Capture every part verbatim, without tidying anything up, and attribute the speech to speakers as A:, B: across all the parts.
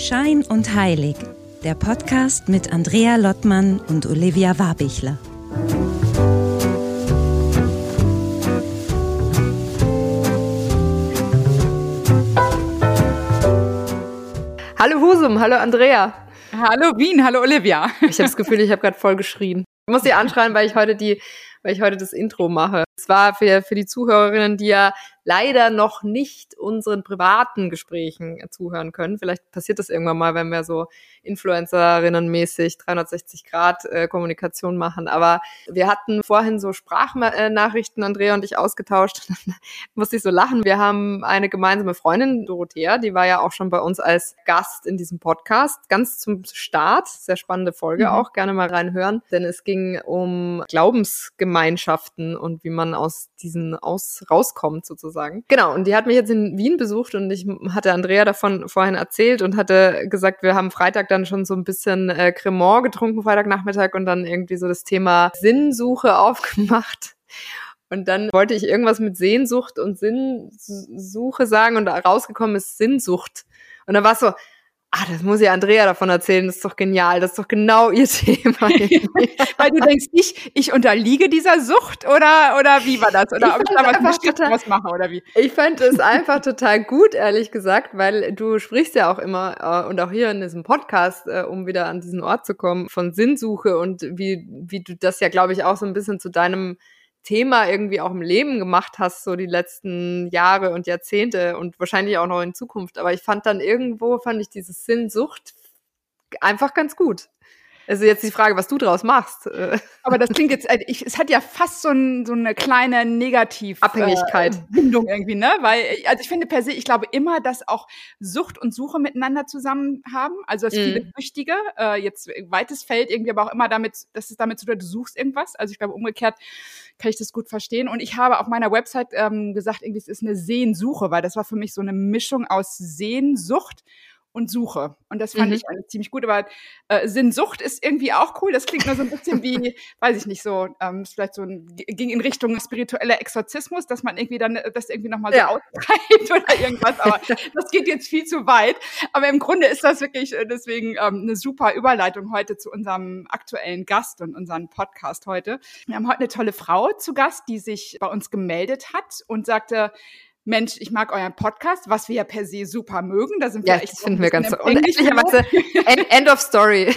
A: Schein und Heilig, der Podcast mit Andrea Lottmann und Olivia Warbichler.
B: Hallo Husum, hallo Andrea.
C: Hallo Wien, hallo Olivia.
B: Ich habe das Gefühl, ich habe gerade voll geschrien. Ich muss sie anschreien, weil ich heute die, weil ich heute das Intro mache. Es war für, für die Zuhörerinnen, die ja leider noch nicht unseren privaten Gesprächen zuhören können. Vielleicht passiert das irgendwann mal, wenn wir so Influencerinnen-mäßig dreihundertsechzig Grad äh, Kommunikation machen. Aber wir hatten vorhin so Sprachnachrichten, Andrea und ich, ausgetauscht. Dann musste ich so lachen. Wir haben eine gemeinsame Freundin, Dorothea, die war ja auch schon bei uns als Gast in diesem Podcast. Ganz zum Start, sehr spannende Folge mhm. auch, gerne mal reinhören. Denn es ging um Glaubensgemeinschaften und wie man aus diesen aus rauskommt sozusagen. Genau, und die hat mich jetzt in Wien besucht und ich hatte Andrea davon vorhin erzählt und hatte gesagt, wir haben Freitag dann schon so ein bisschen äh, Cremant getrunken, Freitagnachmittag, und dann irgendwie so das Thema Sinnsuche aufgemacht. Und dann wollte ich irgendwas mit Sehnsucht und Sinnsuche sagen und rausgekommen ist Sinnsucht. Und dann war es so, ah, das muss ja Andrea davon erzählen, das ist doch genial, das ist doch genau ihr Thema.
C: Weil du denkst, ich, ich unterliege dieser Sucht oder, oder wie war das? Oder
B: ich
C: ob ich da was, total, was mache oder wie?
B: Ich fand es einfach total gut, ehrlich gesagt, weil du sprichst ja auch immer, äh, und auch hier in diesem Podcast, äh, um wieder an diesen Ort zu kommen, von Sinnsuche und wie, wie du das ja, glaube ich, auch so ein bisschen zu deinem Thema irgendwie auch im Leben gemacht hast, so die letzten Jahre und Jahrzehnte und wahrscheinlich auch noch in Zukunft. Aber ich fand dann irgendwo, fand ich diese Sinnsucht einfach ganz gut. Also jetzt die Frage, was du draus machst.
C: Aber das klingt jetzt, ich, es hat ja fast so, ein, so eine kleine Negativ-Abhängigkeit. Äh, Bindung irgendwie, ne? Weil, also ich finde per se, ich glaube immer, dass auch Sucht und Suche miteinander zusammen haben. Also dass mm. viele Süchtige, äh, jetzt weites Feld irgendwie, aber auch immer damit, dass es damit zu tun, du suchst irgendwas. Also ich glaube, umgekehrt kann ich das gut verstehen. Und ich habe auf meiner Website ähm, gesagt, irgendwie es ist eine Sehnsuche, weil das war für mich so eine Mischung aus Sehnsucht und Suche. Und das fand mhm. ich eigentlich ziemlich gut. Aber äh, Sinnsucht ist irgendwie auch cool. Das klingt nur so ein bisschen wie, weiß ich nicht, so, ähm, ist vielleicht so ein, ging in Richtung spiritueller Exorzismus, dass man irgendwie dann das irgendwie nochmal so ja. austreibt oder irgendwas. Aber das geht jetzt viel zu weit. Aber im Grunde ist das wirklich deswegen ähm, eine super Überleitung heute zu unserem aktuellen Gast und unserem Podcast heute. Wir haben heute eine tolle Frau zu Gast, die sich bei uns gemeldet hat und sagte, Mensch, ich mag euren Podcast, was wir ja per se super mögen. Da sind wir
B: ja,
C: echt
B: das finden wir ganz so. Und ehrlicherweise, end, end of story.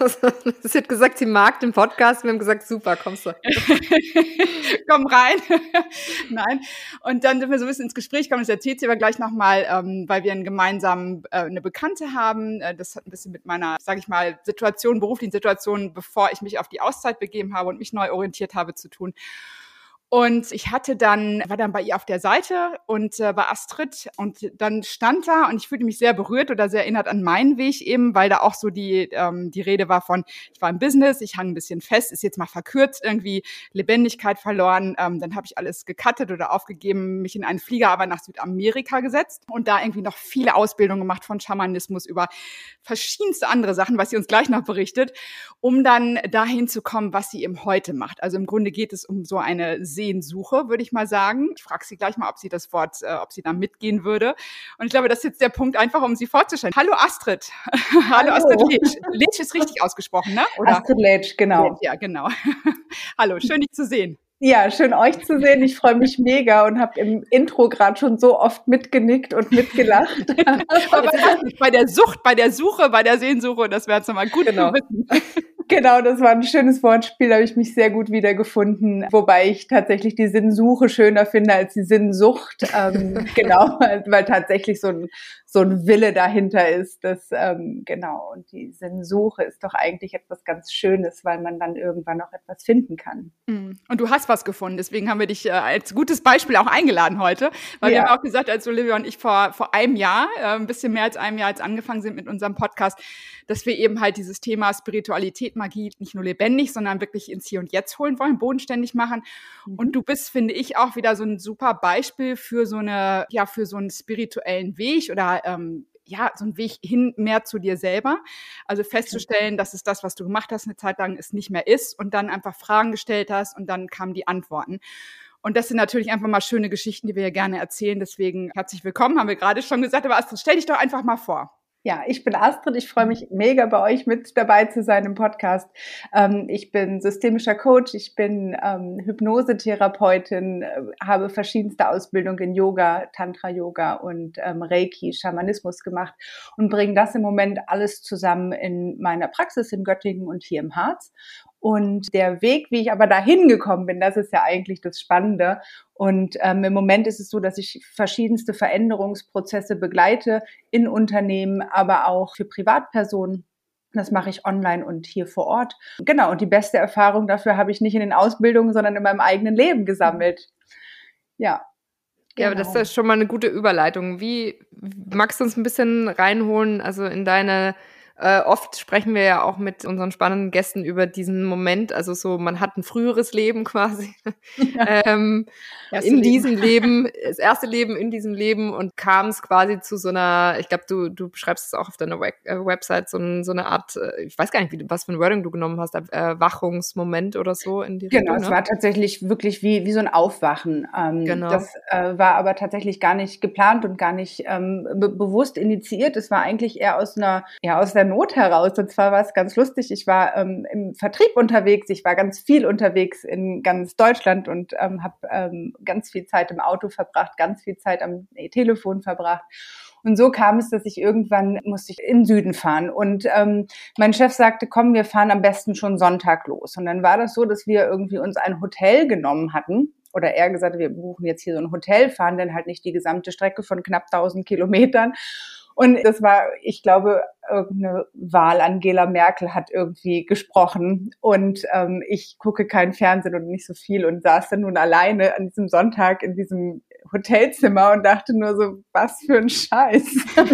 B: Sie hat gesagt, sie mag den Podcast. Wir haben gesagt, super, kommst du.
C: Komm rein. Nein. Und dann sind wir so ein bisschen ins Gespräch gekommen. Das erzählt sie aber gleich nochmal, ähm, weil wir einen gemeinsamen, äh, eine Bekannte haben. Äh, das hat ein bisschen mit meiner, sage ich mal, Situation, beruflichen Situation, bevor ich mich auf die Auszeit begeben habe und mich neu orientiert habe, zu tun. Und ich hatte dann, war dann bei ihr auf der Seite und äh, bei Astrid und dann stand da und ich fühlte mich sehr berührt oder sehr erinnert an meinen Weg eben, weil da auch so die ähm, die Rede war von, ich war im Business, ich hang ein bisschen fest, ist jetzt mal verkürzt, irgendwie Lebendigkeit verloren, ähm, dann habe ich alles gecuttet oder aufgegeben, mich in einen Flieger aber nach Südamerika gesetzt und da irgendwie noch viele Ausbildungen gemacht von Schamanismus über verschiedenste andere Sachen, was sie uns gleich noch berichtet, um dann dahin zu kommen, was sie eben heute macht. Also im Grunde geht es um so eine Sehnsuche, würde ich mal sagen. Ich frage sie gleich mal, ob sie das Wort, äh, ob sie da mitgehen würde. Und ich glaube, das ist jetzt der Punkt, einfach um sie vorzustellen. Hallo Astrid. Hallo, Hallo Astrid Letsch. Letsch ist richtig ausgesprochen, ne?
D: Oder? Astrid Letsch, genau.
C: Letsch, ja, genau. Hallo, schön dich zu sehen.
D: Ja, schön euch zu sehen. Ich freue mich mega und habe im Intro gerade schon so oft mitgenickt und mitgelacht.
C: Aber bei der Sucht, bei der Suche, bei der Sehnsuche, das wäre jetzt nochmal gut
D: genau.
C: zu wissen.
D: Genau, das war ein schönes Wortspiel, da habe ich mich sehr gut wiedergefunden, wobei ich tatsächlich die Sinnsuche schöner finde als die Sinnsucht, ähm, genau, weil, weil tatsächlich so ein, so ein Wille dahinter ist, das, ähm, genau, und die Sinnsuche ist doch eigentlich etwas ganz Schönes, weil man dann irgendwann noch etwas finden kann.
C: Und du hast was gefunden, deswegen haben wir dich äh, als gutes Beispiel auch eingeladen heute, weil ja. wir haben auch gesagt, als Olivia und ich vor, vor einem Jahr, äh, ein bisschen mehr als einem Jahr, als angefangen sind mit unserem Podcast, dass wir eben halt dieses Thema Spiritualität, Magie nicht nur lebendig, sondern wirklich ins Hier und Jetzt holen wollen, bodenständig machen. Mhm. Und du bist, finde ich, auch wieder so ein super Beispiel für so eine, ja, für so einen spirituellen Weg oder ähm, ja, so ein Weg hin mehr zu dir selber. Also festzustellen, dass es das, was du gemacht hast, eine Zeit lang es nicht mehr ist und dann einfach Fragen gestellt hast und dann kamen die Antworten. Und das sind natürlich einfach mal schöne Geschichten, die wir ja gerne erzählen. Deswegen herzlich willkommen, haben wir gerade schon gesagt. Aber Astrid, stell dich doch einfach mal vor.
D: Ja, ich bin Astrid. Ich freue mich mega, bei euch mit dabei zu sein im Podcast. Ähm, ich bin systemischer Coach, ich bin ähm, Hypnosetherapeutin, äh, habe verschiedenste Ausbildungen in Yoga, Tantra-Yoga und ähm, Reiki, Schamanismus gemacht und bringe das im Moment alles zusammen in meiner Praxis in Göttingen und hier im Harz. Und der Weg, wie ich aber dahin gekommen bin, das ist ja eigentlich das Spannende. Und ähm, im Moment ist es so, dass ich verschiedenste Veränderungsprozesse begleite in Unternehmen, aber auch für Privatpersonen. Das mache ich online und hier vor Ort. Genau, und die beste Erfahrung dafür habe ich nicht in den Ausbildungen, sondern in meinem eigenen Leben gesammelt. Ja.
B: Ja, aber das ist schon mal eine gute Überleitung. Wie magst du uns ein bisschen reinholen, also in deine Äh, oft sprechen wir ja auch mit unseren spannenden Gästen über diesen Moment, also so, man hat ein früheres Leben quasi
C: Ja.
B: ähm, in Leben. diesem Leben, das erste Leben in diesem Leben und kam es quasi zu so einer, ich glaube, du du beschreibst es auch auf deiner We- äh, Website, so, ein, so eine Art, äh, ich weiß gar nicht, wie, was für ein Wording du genommen hast, Erwachungsmoment oder so in die
D: Genau,
B: Richtung.
D: es
B: ne?
D: war tatsächlich wirklich wie, wie so ein Aufwachen. Ähm,
B: Genau.
D: Das äh, war aber tatsächlich gar nicht geplant und gar nicht ähm, be- bewusst initiiert. Es war eigentlich eher aus einer, ja, aus der Not heraus. Und zwar war es ganz lustig. Ich war ähm, im Vertrieb unterwegs. Ich war ganz viel unterwegs in ganz Deutschland und ähm, habe ähm, ganz viel Zeit im Auto verbracht, ganz viel Zeit am nee, Telefon verbracht. Und so kam es, dass ich irgendwann musste ich in den Süden fahren. Und ähm, mein Chef sagte, komm, wir fahren am besten schon Sonntag los. Und dann war das so, dass wir irgendwie uns ein Hotel genommen hatten. Oder er gesagt, wir buchen jetzt hier so ein Hotel, fahren dann halt nicht die gesamte Strecke von knapp tausend Kilometern. Und das war, ich glaube, irgendeine Wahl, Angela Merkel hat irgendwie gesprochen. Und ähm, ich gucke kein Fernsehen und nicht so viel und saß dann nun alleine an diesem Sonntag in diesem Hotelzimmer und dachte nur so, was für ein Scheiß.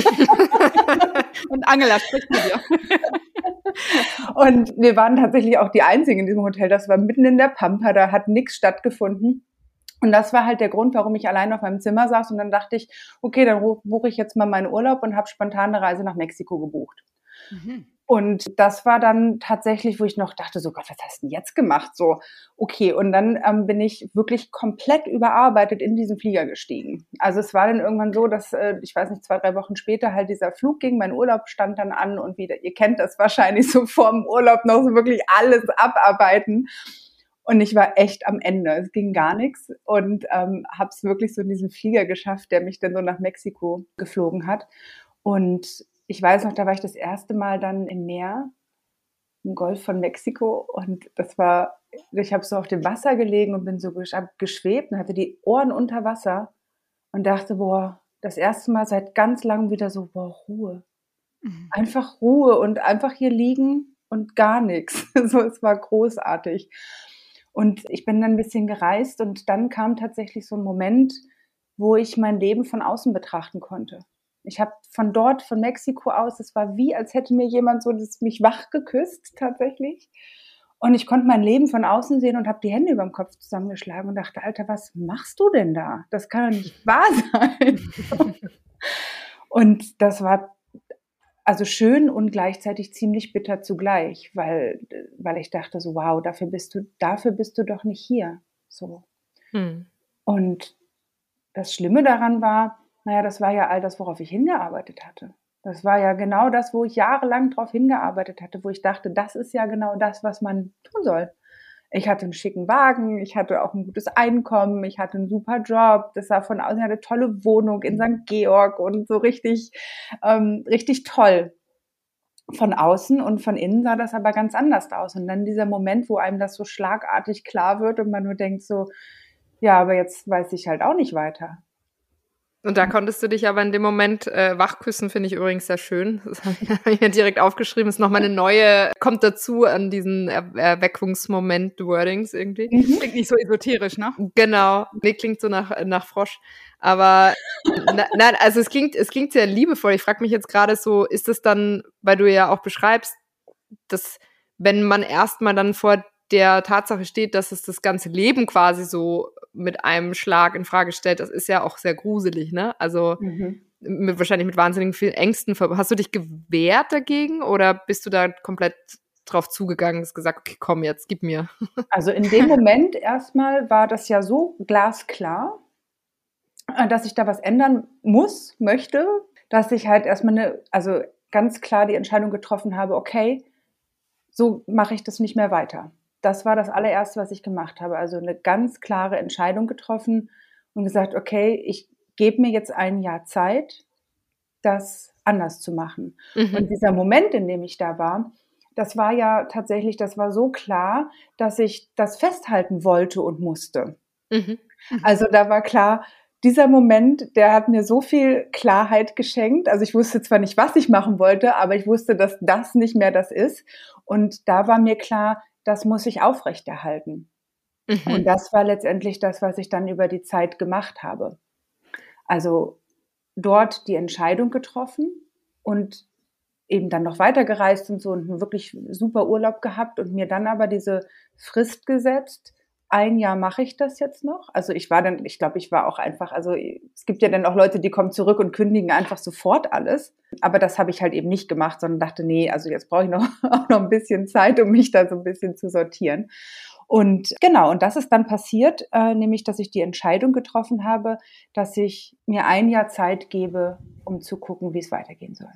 C: Und Angela spricht mit dir.
D: Und wir waren tatsächlich auch die Einzigen in diesem Hotel. Das war mitten in der Pampa, da hat nichts stattgefunden. Und das war halt der Grund, warum ich allein auf meinem Zimmer saß. Und dann dachte ich, okay, dann buche ich jetzt mal meinen Urlaub und habe spontan eine Reise nach Mexiko gebucht.
C: Mhm.
D: Und das war dann tatsächlich, wo ich noch dachte, so Gott, was hast du denn jetzt gemacht? So, okay. Und dann ähm, bin ich wirklich komplett überarbeitet in diesen Flieger gestiegen. Also es war dann irgendwann so, dass, äh, ich weiß nicht, zwei, drei Wochen später halt dieser Flug ging, mein Urlaub stand dann an und wieder, ihr kennt das wahrscheinlich so vorm Urlaub noch so wirklich alles abarbeiten. Und ich war echt am Ende. Es ging gar nichts und ähm, habe es wirklich so in diesen Flieger geschafft, der mich dann so nach Mexiko geflogen hat. Und ich weiß noch, da war ich das erste Mal dann im Meer, im Golf von Mexiko. Und das war, ich habe so auf dem Wasser gelegen und bin so geschwebt und hatte die Ohren unter Wasser und dachte, boah, das erste Mal seit ganz langem wieder so, boah, Ruhe. Mhm. Einfach Ruhe und einfach hier liegen und gar nichts. So, es war großartig. Und ich bin dann ein bisschen gereist und dann kam tatsächlich so ein Moment, wo ich mein Leben von außen betrachten konnte. Ich habe von dort, von Mexiko aus, es war wie, als hätte mir jemand so das, mich wach geküsst tatsächlich. Und ich konnte mein Leben von außen sehen und habe die Hände über dem Kopf zusammengeschlagen und dachte, Alter, was machst du denn da? Das kann doch nicht wahr sein. Und das war also schön und gleichzeitig ziemlich bitter zugleich, weil, weil ich dachte so, wow, dafür bist du, dafür bist du doch nicht hier. So. Hm. Und das Schlimme daran war, naja, das war ja all das, worauf ich hingearbeitet hatte. Das war ja genau das, wo ich jahrelang drauf hingearbeitet hatte, wo ich dachte, das ist ja genau das, was man tun soll. Ich hatte einen schicken Wagen, ich hatte auch ein gutes Einkommen, ich hatte einen super Job, das sah von außen, ich hatte eine tolle Wohnung in Sankt Georg und so richtig, ähm, richtig toll. Von außen und von innen sah das aber ganz anders aus. Und dann dieser Moment, wo einem das so schlagartig klar wird und man nur denkt so, ja, aber jetzt weiß ich halt auch nicht weiter.
B: Und da konntest du dich aber in dem Moment äh, wachküssen, finde ich übrigens sehr schön. Das habe ich mir direkt aufgeschrieben. Ist nochmal eine neue, kommt dazu an diesen er- Erweckungsmoment-Wordings irgendwie.
C: Mhm. Klingt nicht so esoterisch, ne?
B: Genau. Nee, klingt so nach, nach Frosch. Aber na, nein, also es klingt, es klingt sehr liebevoll. Ich frage mich jetzt gerade so, ist es dann, weil du ja auch beschreibst, dass wenn man erstmal dann vor der Tatsache steht, dass es das ganze Leben quasi so mit einem Schlag in Frage stellt, das ist ja auch sehr gruselig, ne? Also mhm. mit, wahrscheinlich mit wahnsinnig vielen Ängsten. Hast du dich gewehrt dagegen oder bist du da komplett drauf zugegangen und hast gesagt, okay, komm jetzt, gib mir?
D: Also in dem Moment erstmal war das ja so glasklar, dass ich da was ändern muss, möchte, dass ich halt erstmal eine, also ganz klar die Entscheidung getroffen habe, okay, so mache ich das nicht mehr weiter. Das war das allererste, was ich gemacht habe. Also eine ganz klare Entscheidung getroffen und gesagt, okay, ich gebe mir jetzt ein Jahr Zeit, das anders zu machen. Mhm. Und dieser Moment, in dem ich da war, das war ja tatsächlich, das war so klar, dass ich das festhalten wollte und musste. Mhm. Also da war klar, dieser Moment, der hat mir so viel Klarheit geschenkt. Also ich wusste zwar nicht, was ich machen wollte, aber ich wusste, dass das nicht mehr das ist. Und da war mir klar, das muss ich aufrechterhalten. Mhm. Und das war letztendlich das, was ich dann über die Zeit gemacht habe. Also dort die Entscheidung getroffen und eben dann noch weitergereist und so und einen wirklich super Urlaub gehabt und mir dann aber diese Frist gesetzt. Ein Jahr mache ich das jetzt noch. Also ich war dann, ich glaube, ich war auch einfach, also es gibt ja dann auch Leute, die kommen zurück und kündigen einfach sofort alles. Aber das habe ich halt eben nicht gemacht, sondern dachte, nee, also jetzt brauche ich noch, auch noch ein bisschen Zeit, um mich da so ein bisschen zu sortieren. Und genau, und das ist dann passiert, äh, nämlich, dass ich die Entscheidung getroffen habe, dass ich mir ein Jahr Zeit gebe, um zu gucken, wie es weitergehen soll.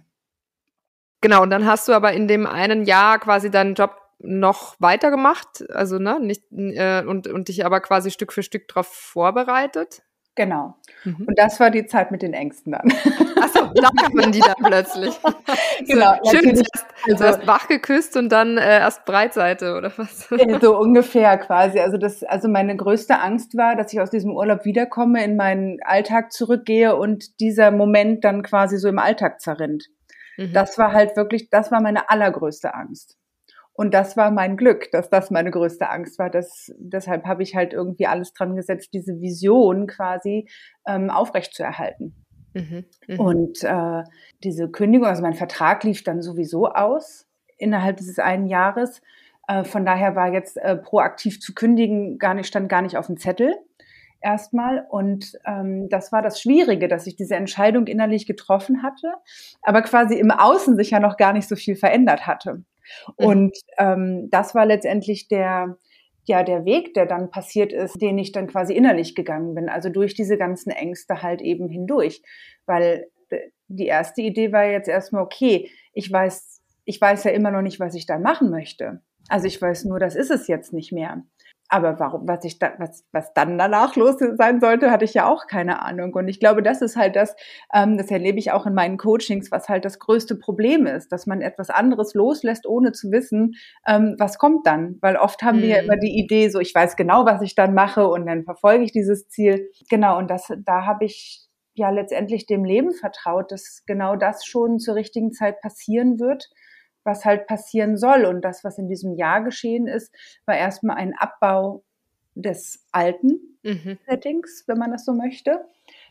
B: Genau, und dann hast du aber in dem einen Jahr quasi deinen Job noch weitergemacht, also ne, nicht äh, und und dich aber quasi Stück für Stück darauf vorbereitet.
D: Genau. Mhm. Und das war die Zeit mit den Ängsten dann.
B: Achso, da kamen die dann plötzlich.
D: Genau.
B: So, schön, erst, also erst wach geküsst und dann äh, erst Breitseite oder was?
D: So ungefähr quasi. Also das, also meine größte Angst war, dass ich aus diesem Urlaub wiederkomme, in meinen Alltag zurückgehe und dieser Moment dann quasi so im Alltag zerrinnt. Mhm. Das war halt wirklich, das war meine allergrößte Angst. Und das war mein Glück, dass das meine größte Angst war. Das, deshalb habe ich halt irgendwie alles dran gesetzt, diese Vision quasi ähm, aufrechtzuerhalten. Mhm, mh. Und äh, diese Kündigung, also mein Vertrag lief dann sowieso aus innerhalb dieses einen Jahres. Äh, von daher war jetzt äh, proaktiv zu kündigen gar nicht, stand gar nicht auf dem Zettel erstmal. Und ähm, das war das Schwierige, dass ich diese Entscheidung innerlich getroffen hatte, aber quasi im Außen sich ja noch gar nicht so viel verändert hatte. Und ähm, das war letztendlich der, ja, der Weg, der dann passiert ist, den ich dann quasi innerlich gegangen bin. Also durch diese ganzen Ängste halt eben hindurch. Weil die erste Idee war jetzt erstmal, okay, ich weiß, ich weiß ja immer noch nicht, was ich da machen möchte. Also ich weiß nur, das ist es jetzt nicht mehr. Aber warum, was ich da, was, was dann danach los sein sollte, hatte ich ja auch keine Ahnung. Und ich glaube, das ist halt das, ähm, das erlebe ich auch in meinen Coachings, was halt das größte Problem ist, dass man etwas anderes loslässt, ohne zu wissen, ähm, was kommt dann. Weil oft haben mhm. wir ja immer die Idee, so ich weiß genau, was ich dann mache und dann verfolge ich dieses Ziel. Genau, und das, da habe ich ja letztendlich dem Leben vertraut, dass genau das schon zur richtigen Zeit passieren wird, was halt passieren soll. Und das, was in diesem Jahr geschehen ist, war erstmal ein Abbau des alten mhm. Settings, wenn man das so möchte.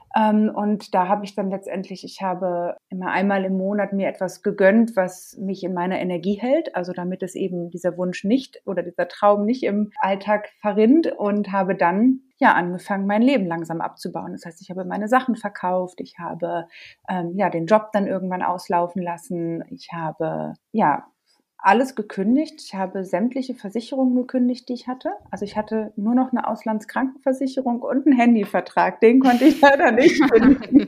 D: Und da habe ich dann letztendlich, ich habe immer einmal im Monat mir etwas gegönnt, was mich in meiner Energie hält, also damit es eben dieser Wunsch nicht oder dieser Traum nicht im Alltag verrinnt, und habe dann ja angefangen, mein Leben langsam abzubauen. Das heißt, ich habe meine Sachen verkauft, ich habe ähm, ja den Job dann irgendwann auslaufen lassen, ich habe ja alles gekündigt. Ich habe sämtliche Versicherungen gekündigt, die ich hatte. Also ich hatte nur noch eine Auslandskrankenversicherung und einen Handyvertrag. Den konnte ich leider nicht kündigen.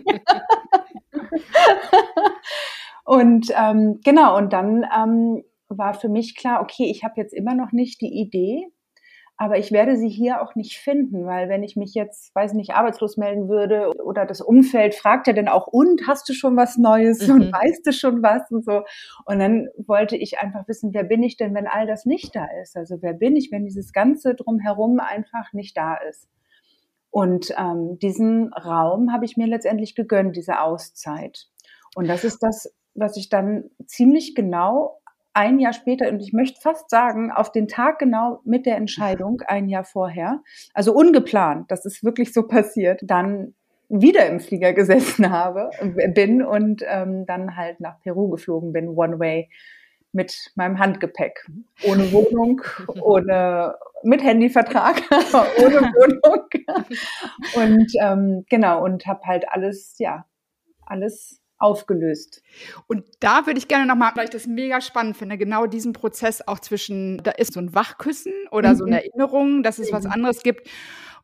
D: Und ähm, genau, und dann ähm, war für mich klar, okay, ich habe jetzt immer noch nicht die Idee, aber ich werde sie hier auch nicht finden, weil wenn ich mich jetzt, weiß nicht, arbeitslos melden würde oder das Umfeld fragt ja dann auch, und hast du schon was Neues mhm. und weißt du schon was und so. Und dann wollte ich einfach wissen, wer bin ich denn, wenn all das nicht da ist? Also wer bin ich, wenn dieses Ganze drumherum einfach nicht da ist? Und ähm, diesen Raum habe ich mir letztendlich gegönnt, diese Auszeit. Und das ist das, was ich dann ziemlich genau ein Jahr später, und ich möchte fast sagen, auf den Tag genau mit der Entscheidung, ein Jahr vorher, also ungeplant, das ist wirklich so passiert, dann wieder im Flieger gesessen habe, bin und ähm, dann halt nach Peru geflogen bin, one way, mit meinem Handgepäck, ohne Wohnung, ohne, mit Handyvertrag, ohne Wohnung. Und ähm, genau, und habe halt alles, ja, alles aufgelöst.
C: Und da würde ich gerne nochmal, weil ich das mega spannend finde, genau diesen Prozess auch zwischen, da ist so ein Wachküssen oder mhm. so eine Erinnerung, dass es mhm. was anderes gibt.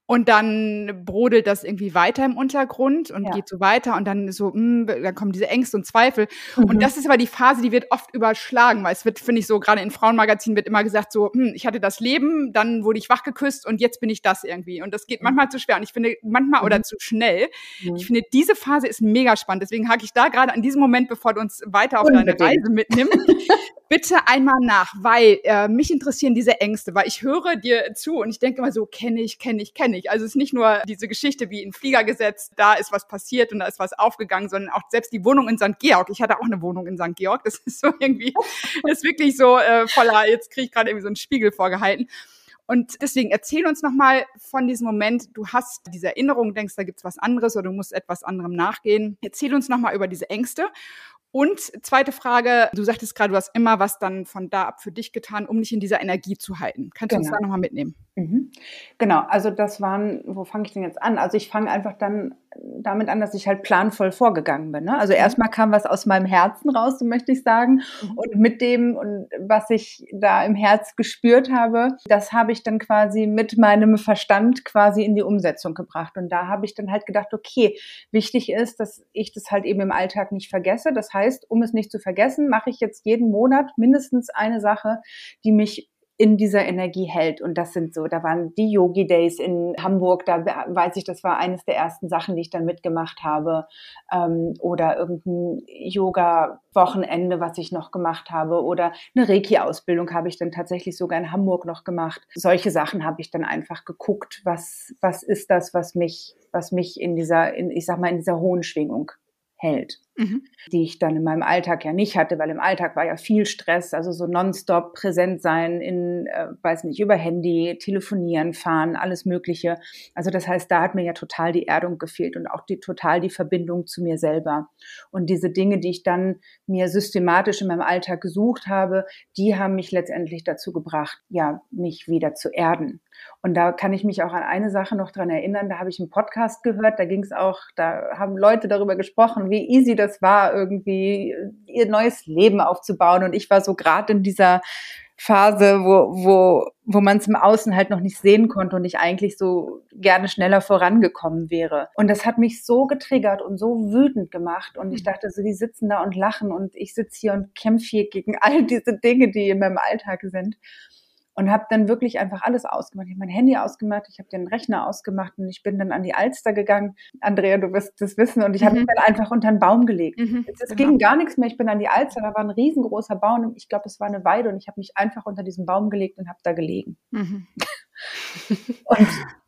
C: Und dann brodelt das irgendwie weiter im Untergrund und
D: Ja.
C: geht so weiter und dann so, mh, dann kommen diese Ängste und Zweifel.
D: Mhm.
C: Und das ist aber die Phase, die wird oft überschlagen, weil es wird, finde ich so, gerade in Frauenmagazinen wird immer gesagt so, hm, ich hatte das Leben, dann wurde ich wachgeküsst und jetzt bin ich das irgendwie. Und das geht manchmal zu schwer und ich finde manchmal
D: Mhm.
C: oder zu schnell.
D: Mhm.
C: Ich finde, diese Phase ist mega spannend. Deswegen hake ich da gerade an diesem Moment, bevor du uns weiter auf
D: Unbedingt.
C: deine Reise mitnimmst, bitte einmal nach, weil äh, mich interessieren diese Ängste, weil ich höre dir zu und ich denke immer so, kenne ich, kenne ich, kenne ich. Also es ist nicht nur diese Geschichte wie in Flieger gesetzt, da ist was passiert und da ist was aufgegangen, sondern auch selbst die Wohnung in Sankt Georg. Ich hatte auch eine Wohnung in Sankt Georg. Das ist so irgendwie, das ist wirklich so äh, voller, jetzt kriege ich gerade irgendwie so einen Spiegel vorgehalten. Und deswegen erzähl uns nochmal von diesem Moment, du hast diese Erinnerung, denkst, da gibt's was anderes oder du musst etwas anderem nachgehen. Erzähl uns nochmal über diese Ängste. Und zweite Frage, du sagtest gerade, du hast immer was dann von da ab für dich getan, um dich in dieser Energie zu halten. Kannst du uns
D: Genau.
C: da nochmal mitnehmen?
D: Mhm. Genau, also das waren, wo fange ich denn jetzt an? Also ich fange einfach dann damit an, dass ich halt planvoll vorgegangen bin. Ne? Also erstmal kam was aus meinem Herzen raus, so möchte ich sagen.
C: Mhm.
D: Und mit dem, und was ich da im Herz gespürt habe, das habe ich dann quasi mit meinem Verstand quasi in die Umsetzung gebracht. Und da habe ich dann halt gedacht, okay, wichtig ist, dass ich das halt eben im Alltag nicht vergesse. Das heißt, um es nicht zu vergessen, mache ich jetzt jeden Monat mindestens eine Sache, die mich in dieser Energie hält. Und das sind so, da waren die Yogi Days in Hamburg, da weiß ich, das war eines der ersten Sachen, die ich dann mitgemacht habe. Ähm, oder irgendein Yoga-Wochenende, was ich noch gemacht habe. Oder eine Reiki-Ausbildung habe ich dann tatsächlich sogar in Hamburg noch gemacht. Solche Sachen habe ich dann einfach geguckt, was, was ist das, was mich, was mich in dieser, in, ich sag mal, in dieser hohen Schwingung hält,
C: Mhm.
D: die ich dann in meinem Alltag ja nicht hatte, weil im Alltag war ja viel Stress, also so nonstop präsent sein in, äh, weiß nicht, über Handy, telefonieren, fahren, alles Mögliche. Also das heißt, da hat mir ja total die Erdung gefehlt und auch die total die Verbindung zu mir selber. Und diese Dinge, die ich dann mir systematisch in meinem Alltag gesucht habe, die haben mich letztendlich dazu gebracht, ja, mich wieder zu erden. Und da kann ich mich auch an eine Sache noch dran erinnern, da habe ich einen Podcast gehört, da ging es auch, da haben Leute darüber gesprochen, wie easy das war, irgendwie ihr neues Leben aufzubauen. Und ich war so gerade in dieser Phase, wo, wo, wo man es im Außen halt noch nicht sehen konnte und ich eigentlich so gerne schneller vorangekommen wäre. Und das hat mich so getriggert und so wütend gemacht. Und ich dachte so, die sitzen da und lachen und ich sitze hier und kämpfe hier gegen all diese Dinge, die in meinem Alltag sind. Und habe dann wirklich einfach alles ausgemacht. Ich habe mein Handy ausgemacht, ich habe den Rechner ausgemacht und ich bin dann an die Alster gegangen. Andrea, du wirst das wissen. Und ich habe
C: Mhm.
D: mich dann einfach unter den Baum gelegt.
C: Mhm.
D: Es, es
C: Genau.
D: ging gar nichts mehr. Ich bin an die Alster, da war ein riesengroßer Baum. Ich glaube, es war eine Weide und ich habe mich einfach unter diesen Baum gelegt und habe da gelegen.
C: Mhm.
D: Und,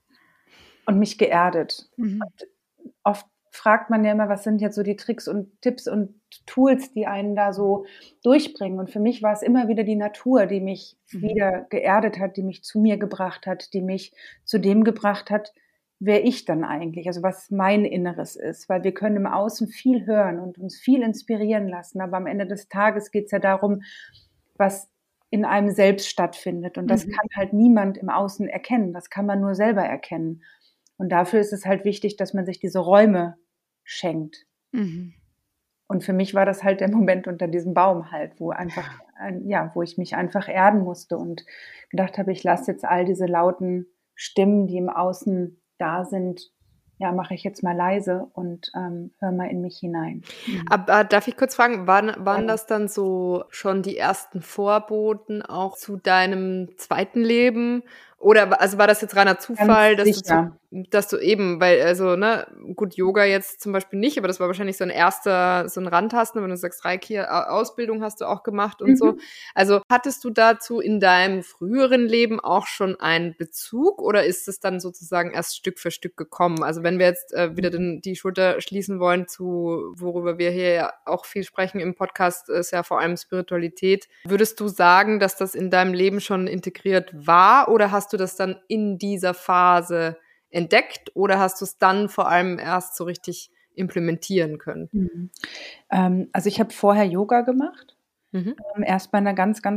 D: und mich geerdet.
C: Mhm.
D: Oft fragt man ja immer, was sind jetzt so die Tricks und Tipps und Tools, die einen da so durchbringen. Und für mich war es immer wieder die Natur, die mich
C: Mhm.
D: wieder geerdet hat, die mich zu mir gebracht hat, die mich zu dem gebracht hat, wer ich dann eigentlich, also was mein Inneres ist. Weil wir können im Außen viel hören und uns viel inspirieren lassen, aber am Ende des Tages geht es ja darum, was in einem selbst stattfindet. Und das
C: Mhm.
D: kann halt niemand im Außen erkennen. Das kann man nur selber erkennen. Und dafür ist es halt wichtig, dass man sich diese Räume schenkt.
C: Mhm.
D: Und für mich war das halt der Moment unter diesem Baum halt, wo einfach, ein, ja, wo ich mich einfach erden musste und gedacht habe, ich lasse jetzt all diese lauten Stimmen, die im Außen da sind, ja, mache ich jetzt mal leise und ähm, höre mal in mich hinein.
B: Aber darf ich kurz fragen, waren, waren
D: Ja.
B: das dann so schon die ersten Vorboten auch zu deinem zweiten Leben? Oder also war das jetzt reiner Zufall, dass du,
D: sicher.
B: zu, dass du eben, weil, also, ne, gut, Yoga jetzt zum Beispiel nicht, aber das war wahrscheinlich so ein erster, so ein Randtasten, wenn du sagst, Reiki, Ausbildung hast du auch gemacht und
D: Mhm.
B: so. Also hattest du dazu in deinem früheren Leben auch schon einen Bezug oder ist es dann sozusagen erst Stück für Stück gekommen? Also wenn wir jetzt äh, wieder den, die Schulter schließen wollen zu, worüber wir hier ja auch viel sprechen im Podcast, ist ja vor allem Spiritualität. Würdest du sagen, dass das in deinem Leben schon integriert war oder hast du das dann in dieser Phase entdeckt oder hast du es dann vor allem erst so richtig implementieren können?
D: Mhm. Ähm, also ich habe vorher Yoga gemacht,
B: Mhm.
D: ähm, erst bei einer ganz, ganz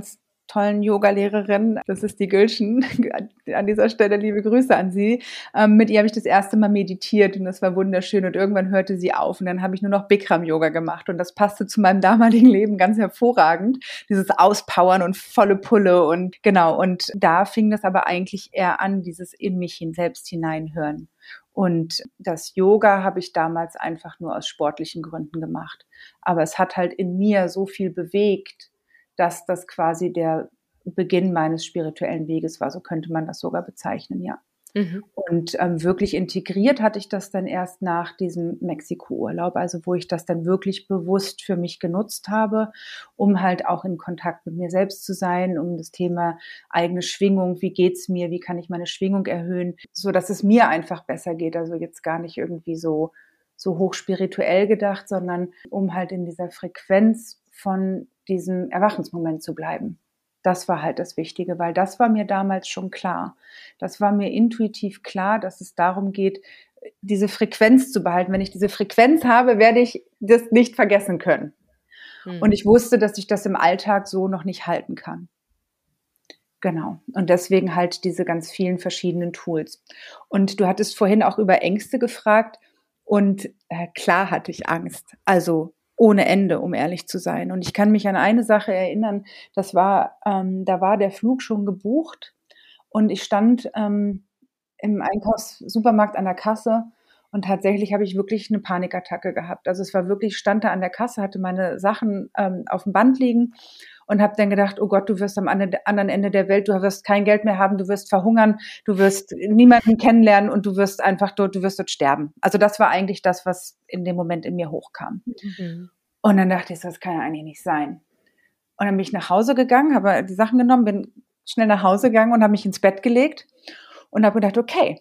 D: tollen Yoga-Lehrerin, das ist die Gülschen, an dieser Stelle liebe Grüße an sie. Ähm, mit ihr habe ich das erste Mal meditiert und das war wunderschön und irgendwann hörte sie auf und dann habe ich nur noch Bikram-Yoga gemacht und das passte zu meinem damaligen Leben ganz hervorragend, dieses Auspowern und volle Pulle und genau, und da fing das aber eigentlich eher an, dieses in mich hin selbst hineinhören. Und das Yoga habe ich damals einfach nur aus sportlichen Gründen gemacht. Aber es hat halt in mir so viel bewegt, dass das quasi der Beginn meines spirituellen Weges war. So könnte man das sogar bezeichnen, ja. Mhm. Und ähm, wirklich integriert hatte ich das dann erst nach diesem Mexiko-Urlaub, also wo ich das dann wirklich bewusst für mich genutzt habe, um halt auch in Kontakt mit mir selbst zu sein, um das Thema eigene Schwingung, wie geht's mir, wie kann ich meine Schwingung erhöhen, so dass es mir einfach besser geht. Also jetzt gar nicht irgendwie so so hoch spirituell gedacht, sondern um halt in dieser Frequenz von diesem Erwachensmoment zu bleiben. Das war halt das Wichtige, weil das war mir damals schon klar. Das war mir intuitiv klar, dass es darum geht, diese Frequenz zu behalten. Wenn ich diese Frequenz habe, werde ich das nicht vergessen können. Mhm. Und ich wusste, dass ich das im Alltag so noch nicht halten kann. Genau. Und deswegen halt diese ganz vielen verschiedenen Tools. Und du hattest vorhin auch über Ängste gefragt. Und äh, klar hatte ich Angst. Also ohne Ende, um ehrlich zu sein. Und ich kann mich an eine Sache erinnern, das war, ähm, da war der Flug schon gebucht und ich stand ähm, im Einkaufssupermarkt an der Kasse und tatsächlich habe ich wirklich eine Panikattacke gehabt. Also es war wirklich, ich stand da an der Kasse, hatte meine Sachen ähm, auf dem Band liegen und habe dann gedacht, oh Gott, du wirst am anderen Ende der Welt, du wirst kein Geld mehr haben, du wirst verhungern, du wirst niemanden kennenlernen und du wirst einfach dort, du wirst dort sterben. Also das war eigentlich das, was in dem Moment in mir hochkam. Mhm. Und dann dachte ich, das kann ja eigentlich nicht sein. Und dann bin ich nach Hause gegangen, habe die Sachen genommen, bin schnell nach Hause gegangen und habe mich ins Bett gelegt und habe gedacht, okay,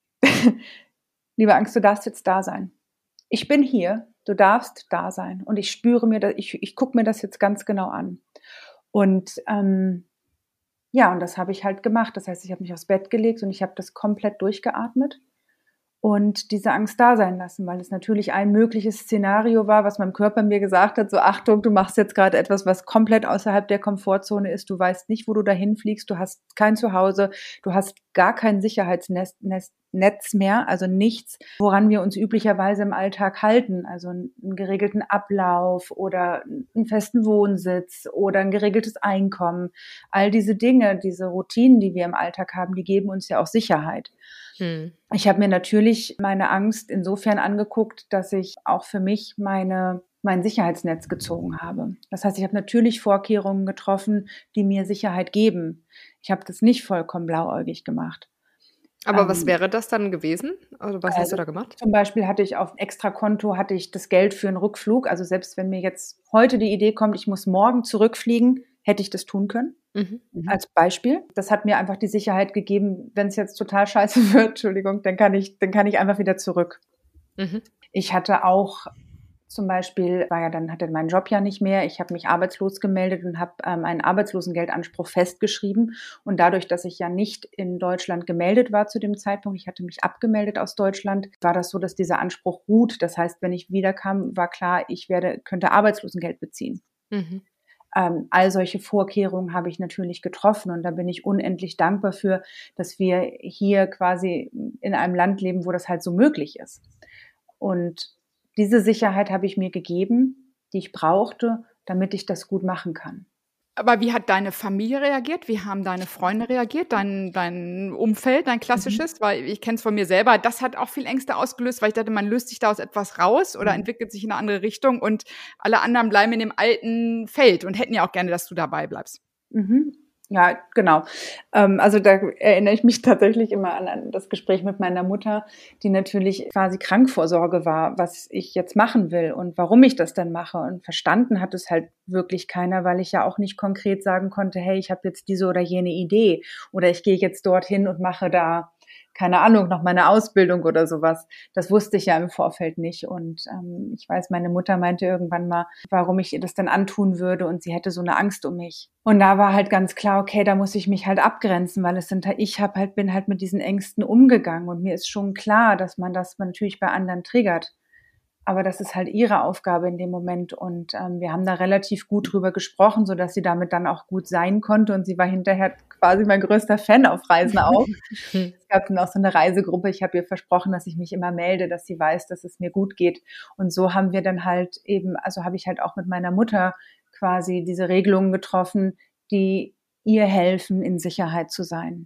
D: liebe Angst, du darfst jetzt da sein. Ich bin hier, du darfst da sein und ich spüre mir, das, ich, ich gucke mir das jetzt ganz genau an. Und ähm, ja, und das habe ich halt gemacht. Das heißt, ich habe mich aufs Bett gelegt und ich habe das komplett durchgeatmet und diese Angst da sein lassen, weil es natürlich ein mögliches Szenario war, was meinem Körper mir gesagt hat, so Achtung, du machst jetzt gerade etwas, was komplett außerhalb der Komfortzone ist, du weißt nicht, wo du dahin fliegst, du hast kein Zuhause, du hast gar kein Sicherheitsnetz Netz mehr, also nichts, woran wir uns üblicherweise im Alltag halten, also einen geregelten Ablauf oder einen festen Wohnsitz oder ein geregeltes Einkommen. All diese Dinge, diese Routinen, die wir im Alltag haben, die geben uns ja auch Sicherheit. Hm. Ich habe mir natürlich meine Angst insofern angeguckt, dass ich auch für mich meine mein Sicherheitsnetz gezogen habe. Das heißt, ich habe natürlich Vorkehrungen getroffen, die mir Sicherheit geben. Ich habe das nicht vollkommen blauäugig gemacht.
B: Aber ähm, was wäre das dann gewesen? Also was also hast du da gemacht?
D: Zum Beispiel hatte ich auf Extrakonto hatte ich das Geld für einen Rückflug. Also selbst wenn mir jetzt heute die Idee kommt, ich muss morgen zurückfliegen, hätte ich das tun können. Mhm. Als Beispiel. Das hat mir einfach die Sicherheit gegeben, wenn es jetzt total scheiße wird, Entschuldigung, dann kann ich, dann kann ich einfach wieder zurück. Mhm. Ich hatte auch zum Beispiel, war ja dann hatte meinen Job ja nicht mehr. Ich habe mich arbeitslos gemeldet und habe ähm, einen Arbeitslosengeldanspruch festgeschrieben. Und dadurch, dass ich ja nicht in Deutschland gemeldet war zu dem Zeitpunkt, ich hatte mich abgemeldet aus Deutschland, war das so, dass dieser Anspruch ruht. Das heißt, wenn ich wiederkam, war klar, ich werde könnte Arbeitslosengeld beziehen. Mhm. Ähm, all solche Vorkehrungen habe ich natürlich getroffen und da bin ich unendlich dankbar für, dass wir hier quasi in einem Land leben, wo das halt so möglich ist. Und diese Sicherheit habe ich mir gegeben, die ich brauchte, damit ich das gut machen kann.
C: Aber wie hat deine Familie reagiert? Wie haben deine Freunde reagiert? Dein, dein Umfeld, dein klassisches? Mhm. Weil ich kenne es von mir selber. Das hat auch viel Ängste ausgelöst, weil ich dachte, man löst sich da aus etwas raus oder mhm. entwickelt sich in eine andere Richtung und alle anderen bleiben in dem alten Feld und hätten ja auch gerne, dass du dabei bleibst.
D: Mhm. Ja, genau. Ähm, also da erinnere ich mich tatsächlich immer an, an das Gespräch mit meiner Mutter, die natürlich quasi Krankvorsorge war, was ich jetzt machen will und warum ich das dann mache. Und verstanden hat es halt wirklich keiner, weil ich ja auch nicht konkret sagen konnte, hey, ich habe jetzt diese oder jene Idee oder ich gehe jetzt dorthin und mache da, keine Ahnung, noch meine Ausbildung oder sowas. Das wusste ich ja im Vorfeld nicht. Und ähm, ich weiß, meine Mutter meinte irgendwann mal, warum ich ihr das denn antun würde und sie hätte so eine Angst um mich. Und da war halt ganz klar, okay, da muss ich mich halt abgrenzen, weil es sind halt, ich hab halt, bin halt mit diesen Ängsten umgegangen und mir ist schon klar, dass man das natürlich bei anderen triggert. Aber das ist halt ihre Aufgabe in dem Moment. Und ähm, wir haben da relativ gut drüber gesprochen, sodass sie damit dann auch gut sein konnte. Und sie war hinterher quasi mein größter Fan auf Reisen auch. Es gab dann auch so eine Reisegruppe. Ich habe ihr versprochen, dass ich mich immer melde, dass sie weiß, dass es mir gut geht. Und so haben wir dann halt eben, also habe ich halt auch mit meiner Mutter quasi diese Regelungen getroffen, die ihr helfen, in Sicherheit zu sein.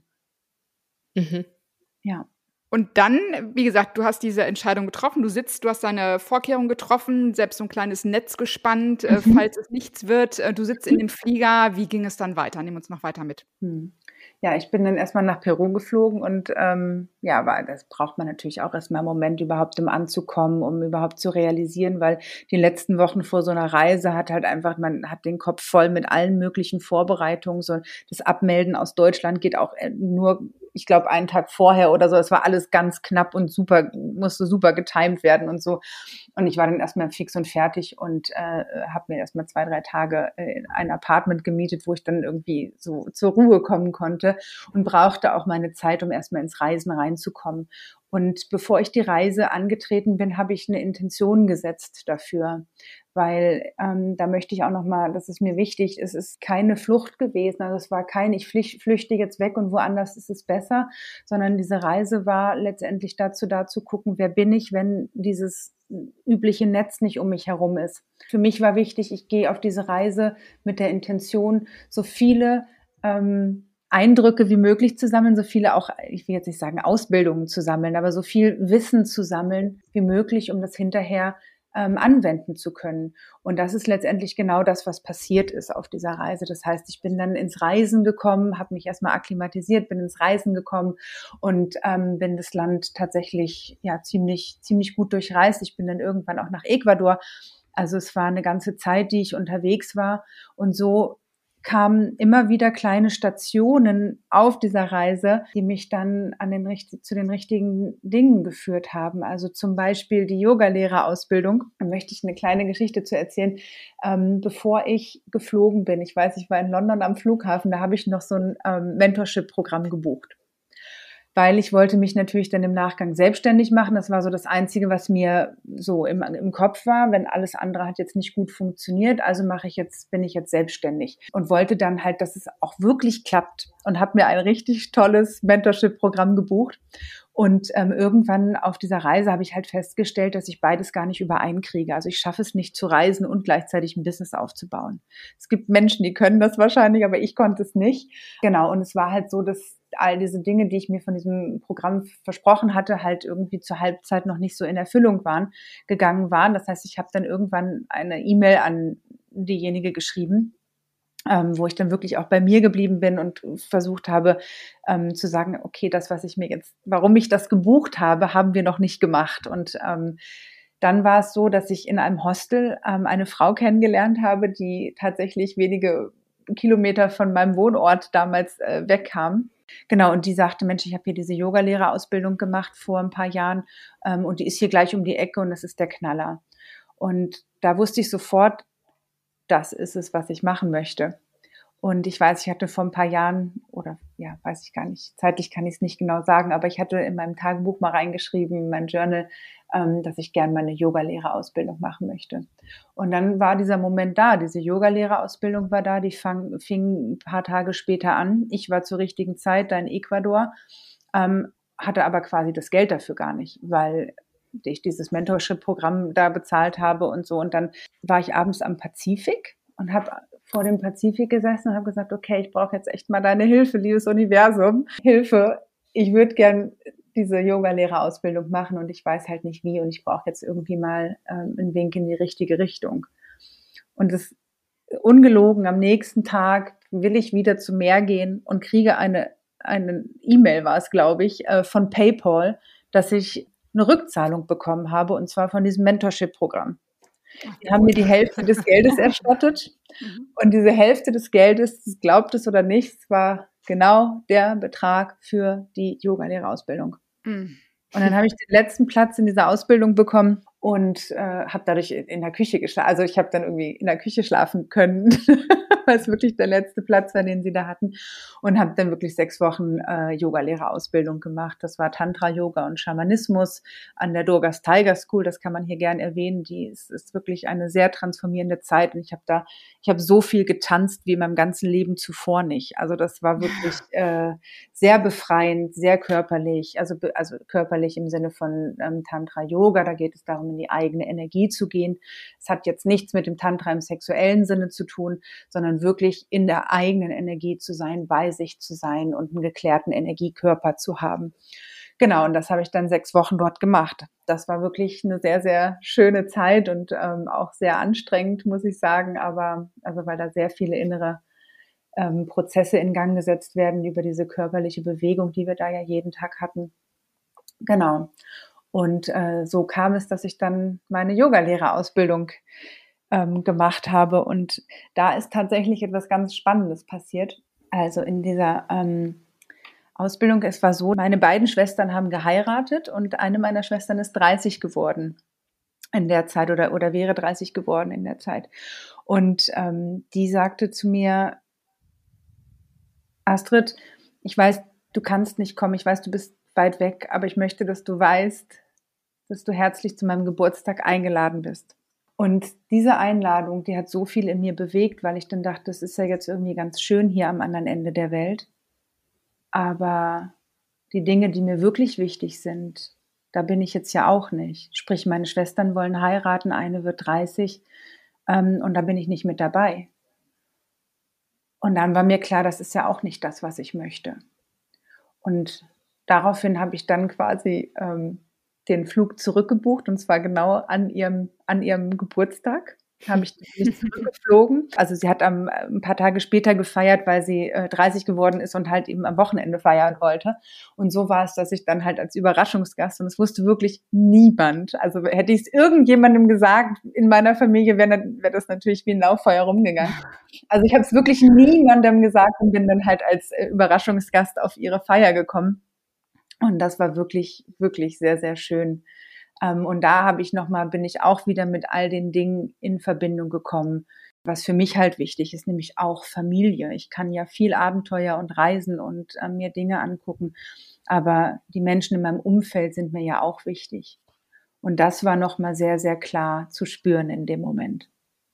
B: Mhm.
D: Ja.
C: Und dann, wie gesagt, du hast diese Entscheidung getroffen, du sitzt, du hast deine Vorkehrung getroffen, selbst so ein kleines Netz gespannt, äh,
D: Mhm.
C: falls es nichts wird. Äh, du sitzt in dem Flieger, wie ging es dann weiter? Nimm uns noch weiter mit.
D: Hm. Ja, ich bin dann erstmal nach Peru geflogen und ähm, ja, aber das braucht man natürlich auch erstmal einen Moment überhaupt, um anzukommen, um überhaupt zu realisieren, weil die letzten Wochen vor so einer Reise hat halt einfach, man hat den Kopf voll mit allen möglichen Vorbereitungen. So das Abmelden aus Deutschland geht auch nur, ich glaube, einen Tag vorher oder so. Es war alles ganz knapp und super, musste super getimed werden und so. Und ich war dann erstmal fix und fertig und äh, habe mir erstmal zwei, drei Tage äh, ein Apartment gemietet, wo ich dann irgendwie so zur Ruhe kommen konnte und brauchte auch meine Zeit, um erstmal ins Reisen reinzukommen. Und bevor ich die Reise angetreten bin, habe ich eine Intention gesetzt dafür, weil ähm, da möchte ich auch nochmal, das ist mir wichtig, es ist keine Flucht gewesen, also es war kein, ich flüchte jetzt weg und woanders ist es besser, sondern diese Reise war letztendlich dazu da zu gucken, wer bin ich, wenn dieses übliche Netz nicht um mich herum ist. Für mich war wichtig, ich gehe auf diese Reise mit der Intention, so viele ähm, Eindrücke wie möglich zu sammeln, so viele auch, ich will jetzt nicht sagen Ausbildungen zu sammeln, aber so viel Wissen zu sammeln wie möglich, um das hinterher ähm, anwenden zu können. Und das ist letztendlich genau das, was passiert ist auf dieser Reise. Das heißt, ich bin dann ins Reisen gekommen, habe mich erstmal akklimatisiert, bin ins Reisen gekommen und ähm, bin das Land tatsächlich ja ziemlich ziemlich gut durchreist. Ich bin dann irgendwann auch nach Ecuador. Also es war eine ganze Zeit, die ich unterwegs war und so kamen immer wieder kleine Stationen auf dieser Reise, die mich dann an den, zu den richtigen Dingen geführt haben. Also zum Beispiel die Yogalehrerausbildung. Da möchte ich eine kleine Geschichte zu erzählen. Ähm, bevor ich geflogen bin, ich weiß, ich war in London am Flughafen, da habe ich noch so ein ähm, Mentorship-Programm gebucht. Weil ich wollte mich natürlich dann im Nachgang selbstständig machen. Das war so das Einzige, was mir so im, im Kopf war. Wenn alles andere hat jetzt nicht gut funktioniert, also mache ich jetzt, bin ich jetzt selbstständig und wollte dann halt, dass es auch wirklich klappt und habe mir ein richtig tolles Mentorship-Programm gebucht. Und ähm, irgendwann auf dieser Reise habe ich halt festgestellt, dass ich beides gar nicht übereinkriege. Also ich schaffe es nicht zu reisen und gleichzeitig ein Business aufzubauen. Es gibt Menschen, die können das wahrscheinlich, aber ich konnte es nicht. Genau, und es war halt so, dass all diese Dinge, die ich mir von diesem Programm versprochen hatte, halt irgendwie zur Halbzeit noch nicht so in Erfüllung waren, gegangen waren. Das heißt, ich habe dann irgendwann eine E-Mail an diejenige geschrieben, Ähm, wo ich dann wirklich auch bei mir geblieben bin und versucht habe ähm, zu sagen, okay, das, was ich mir jetzt, warum ich das gebucht habe, haben wir noch nicht gemacht. Und ähm, dann war es so, dass ich in einem Hostel ähm, eine Frau kennengelernt habe, die tatsächlich wenige Kilometer von meinem Wohnort damals äh, wegkam. Genau, und die sagte, Mensch, ich habe hier diese Yogalehrerausbildung gemacht vor ein paar Jahren ähm, und die ist hier gleich um die Ecke und das ist der Knaller. Und da wusste ich sofort, das ist es, was ich machen möchte. Und ich weiß, ich hatte vor ein paar Jahren, oder ja, weiß ich gar nicht, zeitlich kann ich es nicht genau sagen, aber ich hatte in meinem Tagebuch mal reingeschrieben, in mein Journal, ähm, dass ich gerne meine Yogalehrerausbildung machen möchte. Und dann war dieser Moment da, diese Yogalehrerausbildung war da, die fang, fing ein paar Tage später an. Ich war zur richtigen Zeit da in Ecuador, ähm, hatte aber quasi das Geld dafür gar nicht, weil ich dieses Mentorship-Programm da bezahlt habe und so. Und dann war ich abends am Pazifik und habe vor dem Pazifik gesessen und habe gesagt, okay, ich brauche jetzt echt mal deine Hilfe, liebes Universum. Hilfe, ich würde gern diese Yogalehrerausbildung machen und ich weiß halt nicht wie und ich brauche jetzt irgendwie mal ähm, einen Wink in die richtige Richtung. Und das ungelogen, am nächsten Tag will ich wieder zum Meer gehen und kriege eine, eine E-Mail, war es, glaube ich, äh, von PayPal, dass ich eine Rückzahlung bekommen habe, und zwar von diesem Mentorship-Programm. Die haben mir die Hälfte des Geldes erstattet. Und diese Hälfte des Geldes, glaubt es oder nicht, war genau der Betrag für die Yogalehrerausbildung. Mhm. Und dann habe ich den letzten Platz in dieser Ausbildung bekommen und äh, habe dadurch in der Küche geschlafen. Also ich habe dann irgendwie in der Küche schlafen können, weil es wirklich der letzte Platz war, den sie da hatten. Und habe dann wirklich sechs Wochen äh, Yogalehrerausbildung gemacht. Das war Tantra-Yoga und Schamanismus an der Durga's Tiger School. Das kann man hier gern erwähnen. Die ist, ist wirklich eine sehr transformierende Zeit. Und ich habe da, ich habe so viel getanzt wie in meinem ganzen Leben zuvor nicht. Also das war wirklich äh, sehr befreiend, sehr körperlich. Also, also körperlich im Sinne von ähm, Tantra-Yoga. Da geht es darum, in die eigene Energie zu gehen. Es hat jetzt nichts mit dem Tantra im sexuellen Sinne zu tun, sondern wirklich in der eigenen Energie zu sein, bei sich zu sein und einen geklärten Energiekörper zu haben. Genau, und das habe ich dann sechs Wochen dort gemacht. Das war wirklich eine sehr, sehr schöne Zeit und ähm, auch sehr anstrengend, muss ich sagen, aber also weil da sehr viele innere ähm, Prozesse in Gang gesetzt werden über diese körperliche Bewegung, die wir da ja jeden Tag hatten. Genau. Und äh, so kam es, dass ich dann meine Yogalehrerausbildung ähm, gemacht habe. Und da ist tatsächlich etwas ganz Spannendes passiert. Also in dieser ähm, Ausbildung, es war so, meine beiden Schwestern haben geheiratet und eine meiner Schwestern ist dreißig geworden in der Zeit oder, oder wäre dreißig geworden in der Zeit. Und ähm, die sagte zu mir, Astrid, ich weiß, du kannst nicht kommen, ich weiß, du bist weit weg, aber ich möchte, dass du weißt, dass du herzlich zu meinem Geburtstag eingeladen bist. Und diese Einladung, die hat so viel in mir bewegt, weil ich dann dachte, das ist ja jetzt irgendwie ganz schön hier am anderen Ende der Welt. Aber die Dinge, die mir wirklich wichtig sind, da bin ich jetzt ja auch nicht. Sprich, meine Schwestern wollen heiraten, eine wird dreißig ähm, und da bin ich nicht mit dabei. Und dann war mir klar, das ist ja auch nicht das, was ich möchte. Und daraufhin habe ich dann quasi ähm, den Flug zurückgebucht und zwar genau an ihrem, an ihrem Geburtstag habe ich zurückgeflogen. Also sie hat am, ein paar Tage später gefeiert, weil sie äh, dreißig geworden ist und halt eben am Wochenende feiern wollte. Und so war es, dass ich dann halt als Überraschungsgast, und es wusste wirklich niemand, also hätte ich es irgendjemandem gesagt, in meiner Familie wäre wär das natürlich wie ein Lauffeuer rumgegangen. Also ich habe es wirklich niemandem gesagt und bin dann halt als äh, Überraschungsgast auf ihre Feier gekommen. Und das war wirklich, wirklich sehr, sehr schön. Um, und da habe ich nochmal, bin ich auch wieder mit all den Dingen in Verbindung gekommen, was für mich halt wichtig ist, nämlich auch Familie. Ich kann ja viel Abenteuer und reisen und äh, mir Dinge angucken, aber die Menschen in meinem Umfeld sind mir ja auch wichtig. Und das war nochmal sehr, sehr klar zu spüren in dem Moment.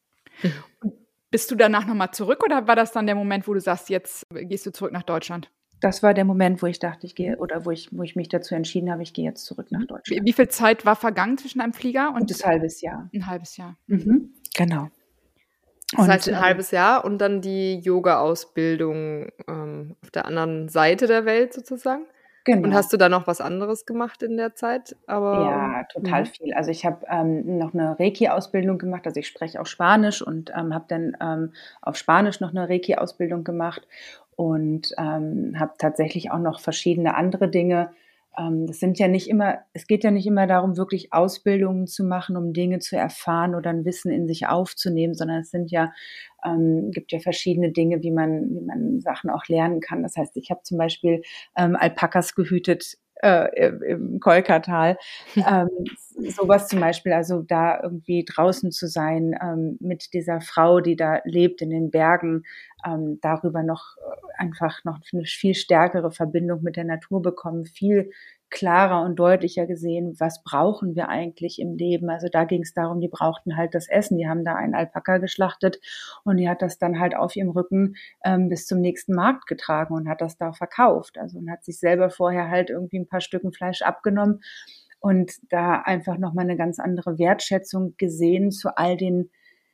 C: Bist du danach nochmal zurück oder war das dann der Moment, wo du sagst, jetzt gehst du zurück nach Deutschland?
D: Das war der Moment, wo ich dachte, ich gehe, oder wo ich, wo ich mich dazu entschieden habe, ich gehe jetzt zurück nach Deutschland.
C: Wie, wie viel Zeit war vergangen zwischen einem Flieger und?
D: Und ein halbes Jahr.
C: Ein halbes Jahr.
D: Mhm. Genau.
B: Das
D: und,
B: heißt ein
D: ähm,
B: halbes Jahr und dann die Yoga-Ausbildung ähm, auf der anderen Seite der Welt sozusagen.
D: Genau.
B: Und hast du da noch was anderes gemacht in der Zeit? Aber,
D: ja, total
B: mh.
D: viel. Also ich habe ähm, noch eine Reiki-Ausbildung gemacht, also ich spreche auch Spanisch und ähm, habe dann ähm, auf Spanisch noch eine Reiki-Ausbildung gemacht und ähm, habe tatsächlich auch noch verschiedene andere Dinge. Ähm, das sind ja nicht immer, es geht ja nicht immer darum, wirklich Ausbildungen zu machen, um Dinge zu erfahren oder ein Wissen in sich aufzunehmen, sondern es sind ja, ähm, gibt ja verschiedene Dinge, wie man, wie man Sachen auch lernen kann. Das heißt, ich habe zum Beispiel ähm, Alpakas gehütet äh, im Kolkatal. ähm, sowas zum Beispiel, also da irgendwie draußen zu sein, ähm, mit dieser Frau, die da lebt in den Bergen, ähm, darüber noch einfach noch eine viel stärkere Verbindung mit der Natur bekommen, viel klarer und deutlicher gesehen, was brauchen wir eigentlich im Leben. Also da ging es darum, die brauchten halt das Essen. Die haben da einen Alpaka geschlachtet und die hat das dann halt auf ihrem Rücken ähm, bis zum nächsten Markt getragen und hat das da verkauft. Also und hat sich selber vorher halt irgendwie ein paar Stücken Fleisch abgenommen und da einfach nochmal eine ganz andere Wertschätzung gesehen zu all den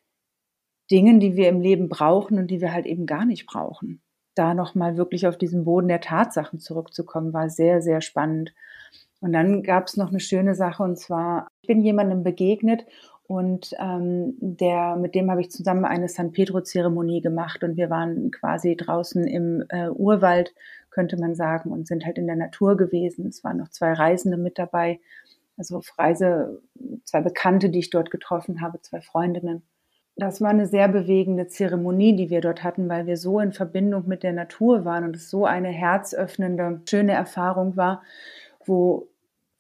D: Dingen, die wir im Leben brauchen und die wir halt eben gar nicht brauchen. Da nochmal wirklich auf diesen Boden der Tatsachen zurückzukommen, war sehr, sehr spannend. Und dann gab es noch eine schöne Sache, und zwar, ich bin jemandem begegnet und ähm, der, mit dem habe ich zusammen eine San Pedro-Zeremonie gemacht und wir waren quasi draußen im äh, Urwald, könnte man sagen, und sind halt in der Natur gewesen. Es waren noch zwei Reisende mit dabei, also auf Reise, zwei Bekannte, die ich dort getroffen habe, zwei Freundinnen. Das war eine sehr bewegende Zeremonie, die wir dort hatten, weil wir so in Verbindung mit der Natur waren und es so eine herzöffnende, schöne Erfahrung war, wo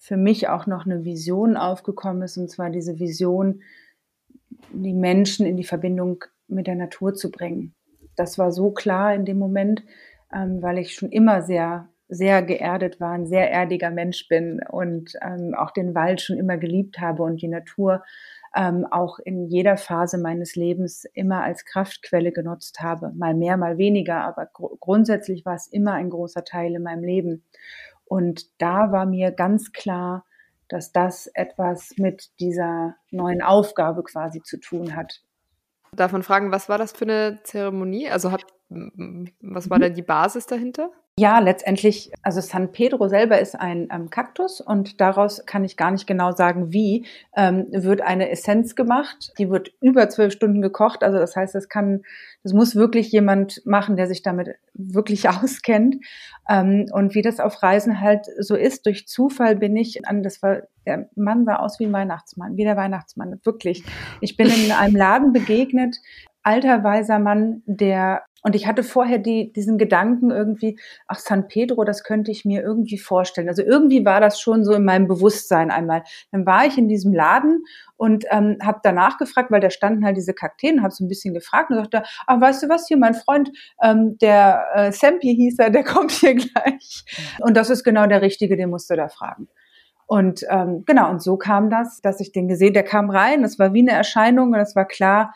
D: für mich auch noch eine Vision aufgekommen ist, und zwar diese Vision, die Menschen in die Verbindung mit der Natur zu bringen. Das war so klar in dem Moment, ähm, weil ich schon immer sehr, sehr geerdet war, ein sehr erdiger Mensch bin und ähm, auch den Wald schon immer geliebt habe und die Natur ähm, auch in jeder Phase meines Lebens immer als Kraftquelle genutzt habe. Mal mehr, mal weniger, aber gr- grundsätzlich war es immer ein großer Teil in meinem Leben. Und da war mir ganz klar, dass das etwas mit dieser neuen Aufgabe quasi zu tun hat.
B: Davon fragen, was war das für eine Zeremonie? Also hat, was war denn die Basis dahinter?
D: Ja, letztendlich, also San Pedro selber ist ein ähm, Kaktus und daraus kann ich gar nicht genau sagen, wie, ähm, wird eine Essenz gemacht. Die wird über zwölf Stunden gekocht. Also das heißt, das kann, das muss wirklich jemand machen, der sich damit wirklich auskennt. Ähm, und wie das auf Reisen halt so ist, durch Zufall bin ich an, das war, der Mann sah aus wie ein Weihnachtsmann, wie der Weihnachtsmann, wirklich. Ich bin in einem Laden begegnet, alter, weiser Mann, der, und ich hatte vorher die, diesen Gedanken irgendwie, ach, San Pedro, das könnte ich mir irgendwie vorstellen. Also irgendwie war das schon so in meinem Bewusstsein einmal. Dann war ich in diesem Laden und ähm, habe danach gefragt, weil da standen halt diese Kakteen, habe so ein bisschen gefragt und sagte, ach, weißt du was, hier mein Freund, ähm, der äh, Sempi hieß er, der kommt hier gleich. Und das ist genau der Richtige, den musst du da fragen. Und ähm, genau, und so kam das, dass ich den gesehen, der kam rein, das war wie eine Erscheinung und es war klar,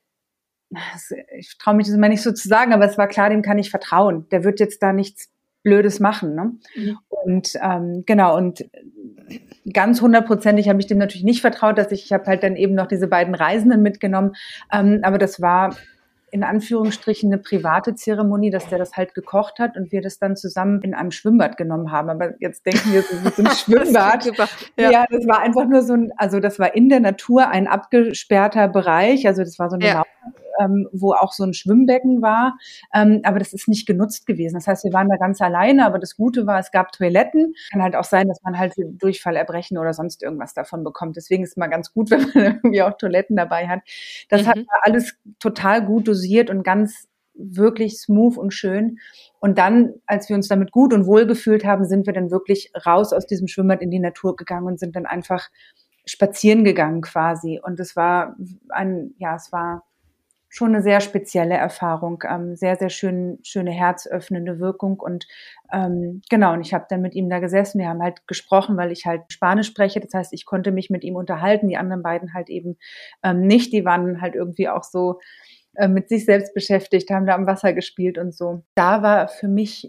D: ich traue mich das immer nicht so zu sagen, aber es war klar, dem kann ich vertrauen. Der wird jetzt da nichts Blödes machen. Ne? Mhm. Und ähm, genau, und ganz hundertprozentig habe ich dem natürlich nicht vertraut, dass ich, ich habe halt dann eben noch diese beiden Reisenden mitgenommen, ähm, aber das war in Anführungsstrichen eine private Zeremonie, dass der das halt gekocht hat und wir das dann zusammen in einem Schwimmbad genommen haben. Aber jetzt denken wir, das ist ein Schwimmbad. Das ja. ja, das war einfach nur so ein, also das war in der Natur ein abgesperrter Bereich, also das war so eine ja. Mauer, ähm, wo auch so ein Schwimmbecken war, ähm, aber das ist nicht genutzt gewesen. Das heißt, wir waren da ganz alleine, aber das Gute war, es gab Toiletten. Kann halt auch sein, dass man halt Durchfall, Erbrechen oder sonst irgendwas davon bekommt. Deswegen ist es mal ganz gut, wenn man irgendwie auch Toiletten dabei hat. Das mhm. hat alles total gut dosiert und ganz wirklich smooth und schön. Und dann, als wir uns damit gut und wohl gefühlt haben, sind wir dann wirklich raus aus diesem Schwimmbad in die Natur gegangen und sind dann einfach spazieren gegangen quasi. Und es war ein, ja, es war schon eine sehr spezielle Erfahrung, ähm, sehr, sehr schön, schöne herzöffnende Wirkung und ähm, genau, und ich habe dann mit ihm da gesessen, wir haben halt gesprochen, weil ich halt Spanisch spreche, das heißt, ich konnte mich mit ihm unterhalten, die anderen beiden halt eben ähm, nicht, die waren halt irgendwie auch so äh, mit sich selbst beschäftigt, haben da am Wasser gespielt und so. Da war für mich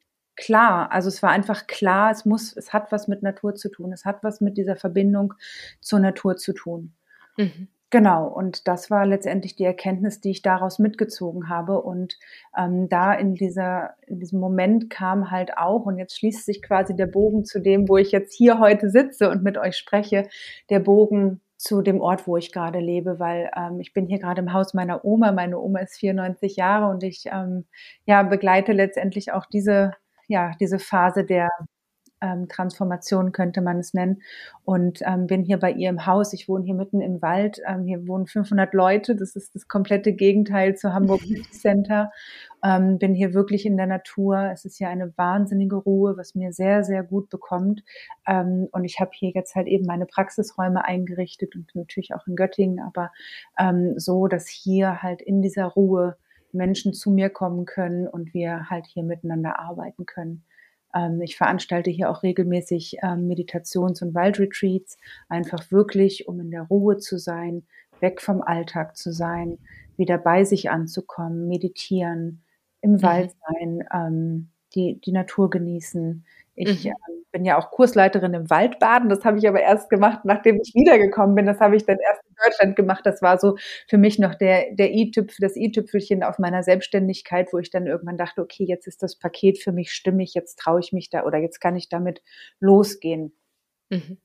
D: klar, also es war einfach klar, es muss, es hat was mit Natur zu tun, es hat was mit dieser Verbindung zur Natur zu tun. Mhm. Genau, und das war letztendlich die Erkenntnis, die ich daraus mitgezogen habe. Und ähm, da in dieser, in diesem Moment kam halt auch, und jetzt schließt sich quasi der Bogen zu dem, wo ich jetzt hier heute sitze und mit euch spreche, der Bogen zu dem Ort, wo ich gerade lebe, weil ähm, ich bin hier gerade im Haus meiner Oma. Meine Oma ist vierundneunzig Jahre und ich ähm, ja begleite letztendlich auch diese, ja, diese Phase der Ähm, Transformation könnte man es nennen und ähm, bin hier bei ihr im Haus. Ich wohne hier mitten im Wald. Ähm, hier wohnen fünfhundert Leute. Das ist das komplette Gegenteil zu Hamburg City Center. Ähm, bin hier wirklich in der Natur. Es ist hier eine wahnsinnige Ruhe, was mir sehr, sehr gut bekommt. Ähm, und ich habe hier jetzt halt eben meine Praxisräume eingerichtet und natürlich auch in Göttingen, aber ähm, so, dass hier halt in dieser Ruhe Menschen zu mir kommen können und wir halt hier miteinander arbeiten können. Ich veranstalte hier auch regelmäßig ähm, Meditations- und Waldretreats, einfach wirklich, um in der Ruhe zu sein, weg vom Alltag zu sein, wieder bei sich anzukommen, meditieren, im mhm. Wald sein, ähm, die, die Natur genießen. Ich mhm. äh, bin ja auch Kursleiterin im Waldbaden, das habe ich aber erst gemacht, nachdem ich wiedergekommen bin. Das habe ich dann erst in Deutschland gemacht. Das war so für mich noch der, der i-Tüpf, das i-Tüpfelchen auf meiner Selbstständigkeit, wo ich dann irgendwann dachte, okay, jetzt ist das Paket für mich stimmig, jetzt traue ich mich da oder jetzt kann ich damit losgehen. Mhm.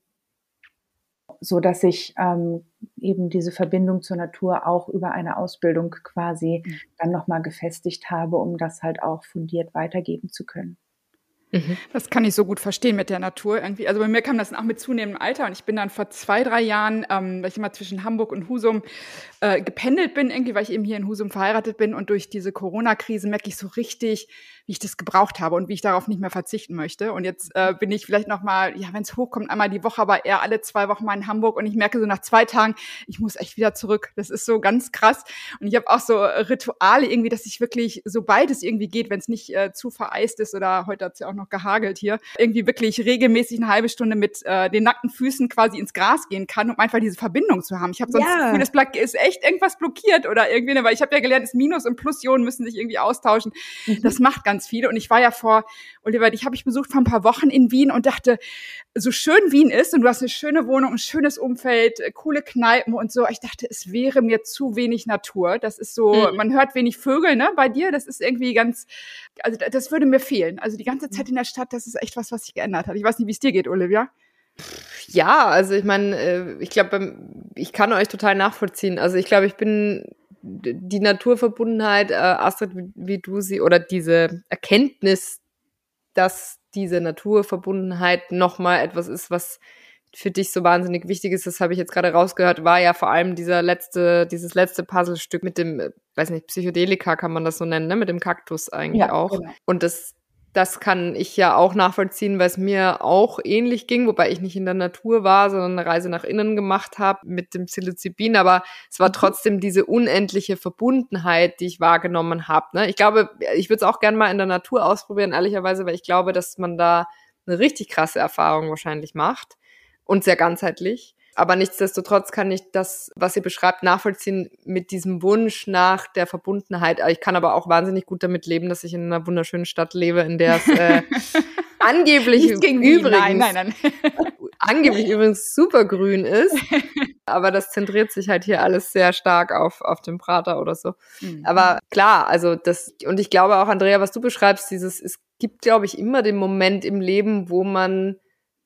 D: So dass ich ähm, eben diese Verbindung zur Natur auch über eine Ausbildung quasi mhm. dann nochmal gefestigt habe, um das halt auch fundiert weitergeben zu können.
C: Das kann ich so gut verstehen mit der Natur irgendwie. Also bei mir kam das auch mit zunehmendem Alter und ich bin dann vor zwei, drei Jahren, ähm, weil ich immer zwischen Hamburg und Husum äh, gependelt bin, irgendwie, weil ich eben hier in Husum verheiratet bin und durch diese Corona-Krise merke ich so richtig, wie ich das gebraucht habe und wie ich darauf nicht mehr verzichten möchte. Und jetzt äh, bin ich vielleicht noch mal, ja, wenn es hochkommt, einmal die Woche, aber eher alle zwei Wochen mal in Hamburg. Und ich merke so nach zwei Tagen, ich muss echt wieder zurück. Das ist so ganz krass. Und ich habe auch so Rituale irgendwie, dass ich wirklich, sobald es irgendwie geht, wenn es nicht äh, zu vereist ist oder heute hat es ja auch noch gehagelt hier, irgendwie wirklich regelmäßig eine halbe Stunde mit äh, den nackten Füßen quasi ins Gras gehen kann, um einfach diese Verbindung zu haben. Ich habe sonst
D: Ja.
C: das Gefühl, das Blatt ist echt irgendwas blockiert oder irgendwie, ne, weil ich habe ja gelernt, das Minus- und Plusionen müssen sich irgendwie austauschen. Mhm. Das macht ganz viel. Und ich war ja vor, Oliver, dich habe ich besucht vor ein paar Wochen in Wien und dachte, so schön Wien ist und du hast eine schöne Wohnung, ein schönes Umfeld, coole Kneipen und so. Ich dachte, es wäre mir zu wenig Natur. Das ist so, mhm. man hört wenig Vögel, ne, bei dir. Das ist irgendwie ganz, also das würde mir fehlen. Also die ganze Zeit in der Stadt, das ist echt was, was sich geändert hat. Ich weiß nicht, wie es dir geht, Olivia.
B: Ja, also ich meine, ich glaube, ich kann euch total nachvollziehen. Also ich glaube, ich bin die Naturverbundenheit, äh, Astrid, wie, wie du sie, oder diese Erkenntnis, dass diese Naturverbundenheit nochmal etwas ist, was für dich so wahnsinnig wichtig ist, das habe ich jetzt gerade rausgehört, war ja vor allem dieser letzte, dieses letzte Puzzlestück mit dem, weiß nicht, Psychedelika kann man das so nennen, ne, mit dem Kaktus eigentlich ja, auch. Genau. Und das Das kann ich ja auch nachvollziehen, weil es mir auch ähnlich ging, wobei ich nicht in der Natur war, sondern eine Reise nach innen gemacht habe mit dem Psilocybin. Aber es war trotzdem diese unendliche Verbundenheit, die ich wahrgenommen habe. Ne? Ich glaube, ich würde es auch gerne mal in der Natur ausprobieren, ehrlicherweise, weil ich glaube, dass man da eine richtig krasse Erfahrung wahrscheinlich macht und sehr ganzheitlich. Aber nichtsdestotrotz kann ich das, was ihr beschreibt, nachvollziehen mit diesem Wunsch nach der Verbundenheit. Ich kann aber auch wahnsinnig gut damit leben, dass ich in einer wunderschönen Stadt lebe, in der es äh, angeblich übrigens
C: nein, nein, nein.
B: angeblich übrigens super grün ist. Aber das zentriert sich halt hier alles sehr stark auf auf dem Prater oder so. Mhm. Aber klar, also das, und ich glaube auch, Andrea, was du beschreibst, dieses, es gibt, glaube ich, immer den Moment im Leben, wo man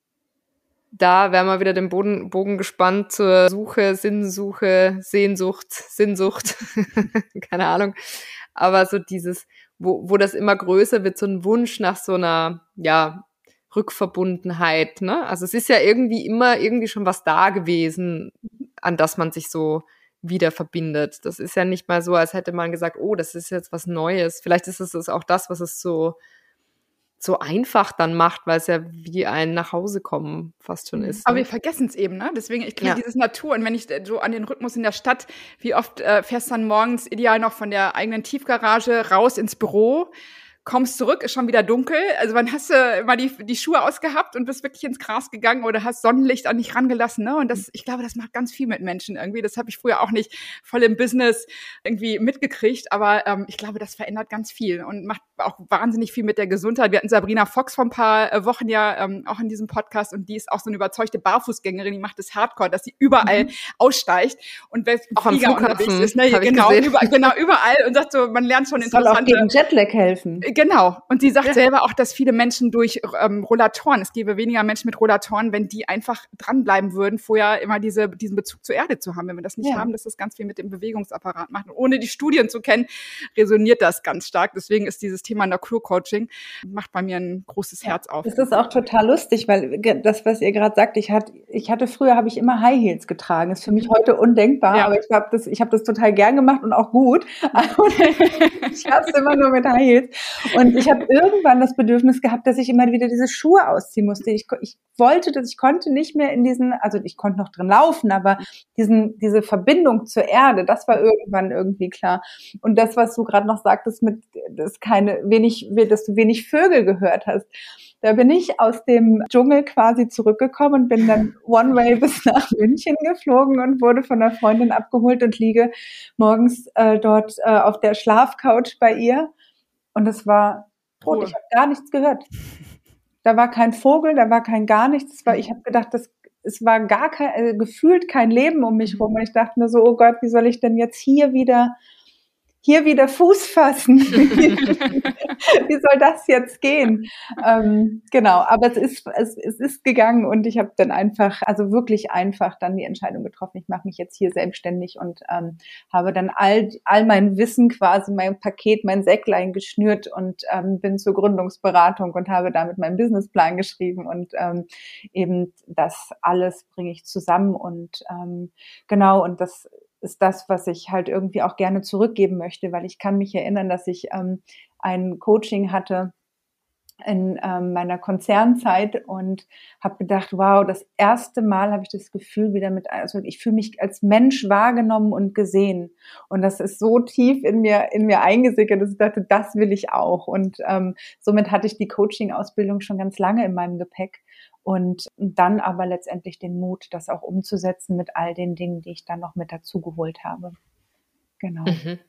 B: da wäre mal wieder den Boden, Bogen gespannt zur Suche, Sinnsuche, Sehnsucht, Sinnsucht, keine Ahnung. Aber so dieses, wo, wo das immer größer wird, so ein Wunsch nach so einer, ja, Rückverbundenheit, ne? Also es ist ja irgendwie immer irgendwie schon was da gewesen, an das man sich so wieder verbindet. Das ist ja nicht mal so, als hätte man gesagt, oh, das ist jetzt was Neues. Vielleicht ist es auch das, was es so so einfach dann macht, weil es ja wie ein Nachhausekommen fast schon ist.
C: Aber
B: ne?
C: wir vergessen es eben, ne? Deswegen, ich kenne
B: Ja.
C: dieses Natur und wenn ich so an den Rhythmus in der Stadt, wie oft äh, fährst du dann morgens ideal noch von der eigenen Tiefgarage raus ins Büro, kommst zurück, ist schon wieder dunkel. Also wann hast du mal die, die Schuhe ausgehabt und bist wirklich ins Gras gegangen oder hast Sonnenlicht an dich rangelassen, ne? Und das, ich glaube, das macht ganz viel mit Menschen irgendwie. Das habe ich früher auch nicht voll im Business irgendwie mitgekriegt, aber ähm, ich glaube, das verändert ganz viel und macht auch wahnsinnig viel mit der Gesundheit. Wir hatten Sabrina Fox vor ein paar äh, Wochen ja ähm, auch in diesem Podcast und die ist auch so eine überzeugte Barfußgängerin, die macht das Hardcore, dass sie überall mhm. aussteigt und wer
B: auch am Flughafen
C: ist, ne? Genau, über, genau, überall und sagt so, man lernt schon
D: das soll
C: interessante...
D: auch gegen Jetlag helfen.
C: Genau. Und sie sagt
B: ja.
C: selber auch, dass viele Menschen durch ähm, Rollatoren, es gäbe weniger Menschen mit Rollatoren, wenn die einfach dranbleiben würden, vorher immer diese, diesen Bezug zur Erde zu haben. Wenn wir das nicht ja. haben, dass das ganz viel mit dem Bewegungsapparat macht. Und ohne die Studien zu kennen, resoniert das ganz stark. Deswegen ist dieses Thema Naturcoaching, macht bei mir ein großes Herz auf.
D: Das ist auch total lustig, weil das, was ihr gerade sagt, ich hatte, ich hatte früher, habe ich immer High Heels getragen. Ist für mich heute undenkbar, ja. aber ich habe das, ich habe das total gern gemacht und auch gut. Ich habe es immer nur mit High Heels. Und ich habe irgendwann das Bedürfnis gehabt, dass ich immer wieder diese Schuhe ausziehen musste. Ich, ich wollte das, ich konnte nicht mehr in diesen, also ich konnte noch drin laufen, aber diesen, diese Verbindung zur Erde, das war irgendwann irgendwie klar. Und das, was du gerade noch sagtest, mit, dass keine, wenig, dass du wenig Vögel gehört hast, da bin ich aus dem Dschungel quasi zurückgekommen und bin dann One-Way bis nach München geflogen und wurde von einer Freundin abgeholt und liege morgens äh, dort äh, auf der Schlafcouch bei ihr. Und es war tot, ich habe gar nichts gehört. Da war kein Vogel, da war kein gar nichts. Es war, ich habe gedacht, das, es war gar kein, äh, gefühlt kein Leben um mich rum. Und ich dachte nur so, oh Gott, wie soll ich denn jetzt hier wieder, hier wieder Fuß fassen? Wie soll das jetzt gehen? Ähm, genau, aber es ist, es, es ist gegangen und ich habe dann einfach, also wirklich einfach dann die Entscheidung getroffen, ich mache mich jetzt hier selbstständig und ähm, habe dann all, all mein Wissen quasi, mein Paket, mein Säcklein geschnürt und ähm, bin zur Gründungsberatung und habe damit meinen Businessplan geschrieben und ähm, eben das alles bringe ich zusammen und ähm, genau, und das ist das, was ich halt irgendwie auch gerne zurückgeben möchte, weil ich kann mich erinnern, dass ich ähm, ein Coaching hatte in ähm, meiner Konzernzeit und habe gedacht, wow, das erste Mal habe ich das Gefühl wieder mit, also ich fühle mich als Mensch wahrgenommen und gesehen und das ist so tief in mir in mir eingesickert, dass ich dachte, das will ich auch und ähm, somit hatte ich die Coaching-Ausbildung schon ganz lange in meinem Gepäck und dann aber letztendlich den Mut, das auch umzusetzen mit all den Dingen, die ich dann noch mit dazu geholt habe. Genau.
B: Mhm.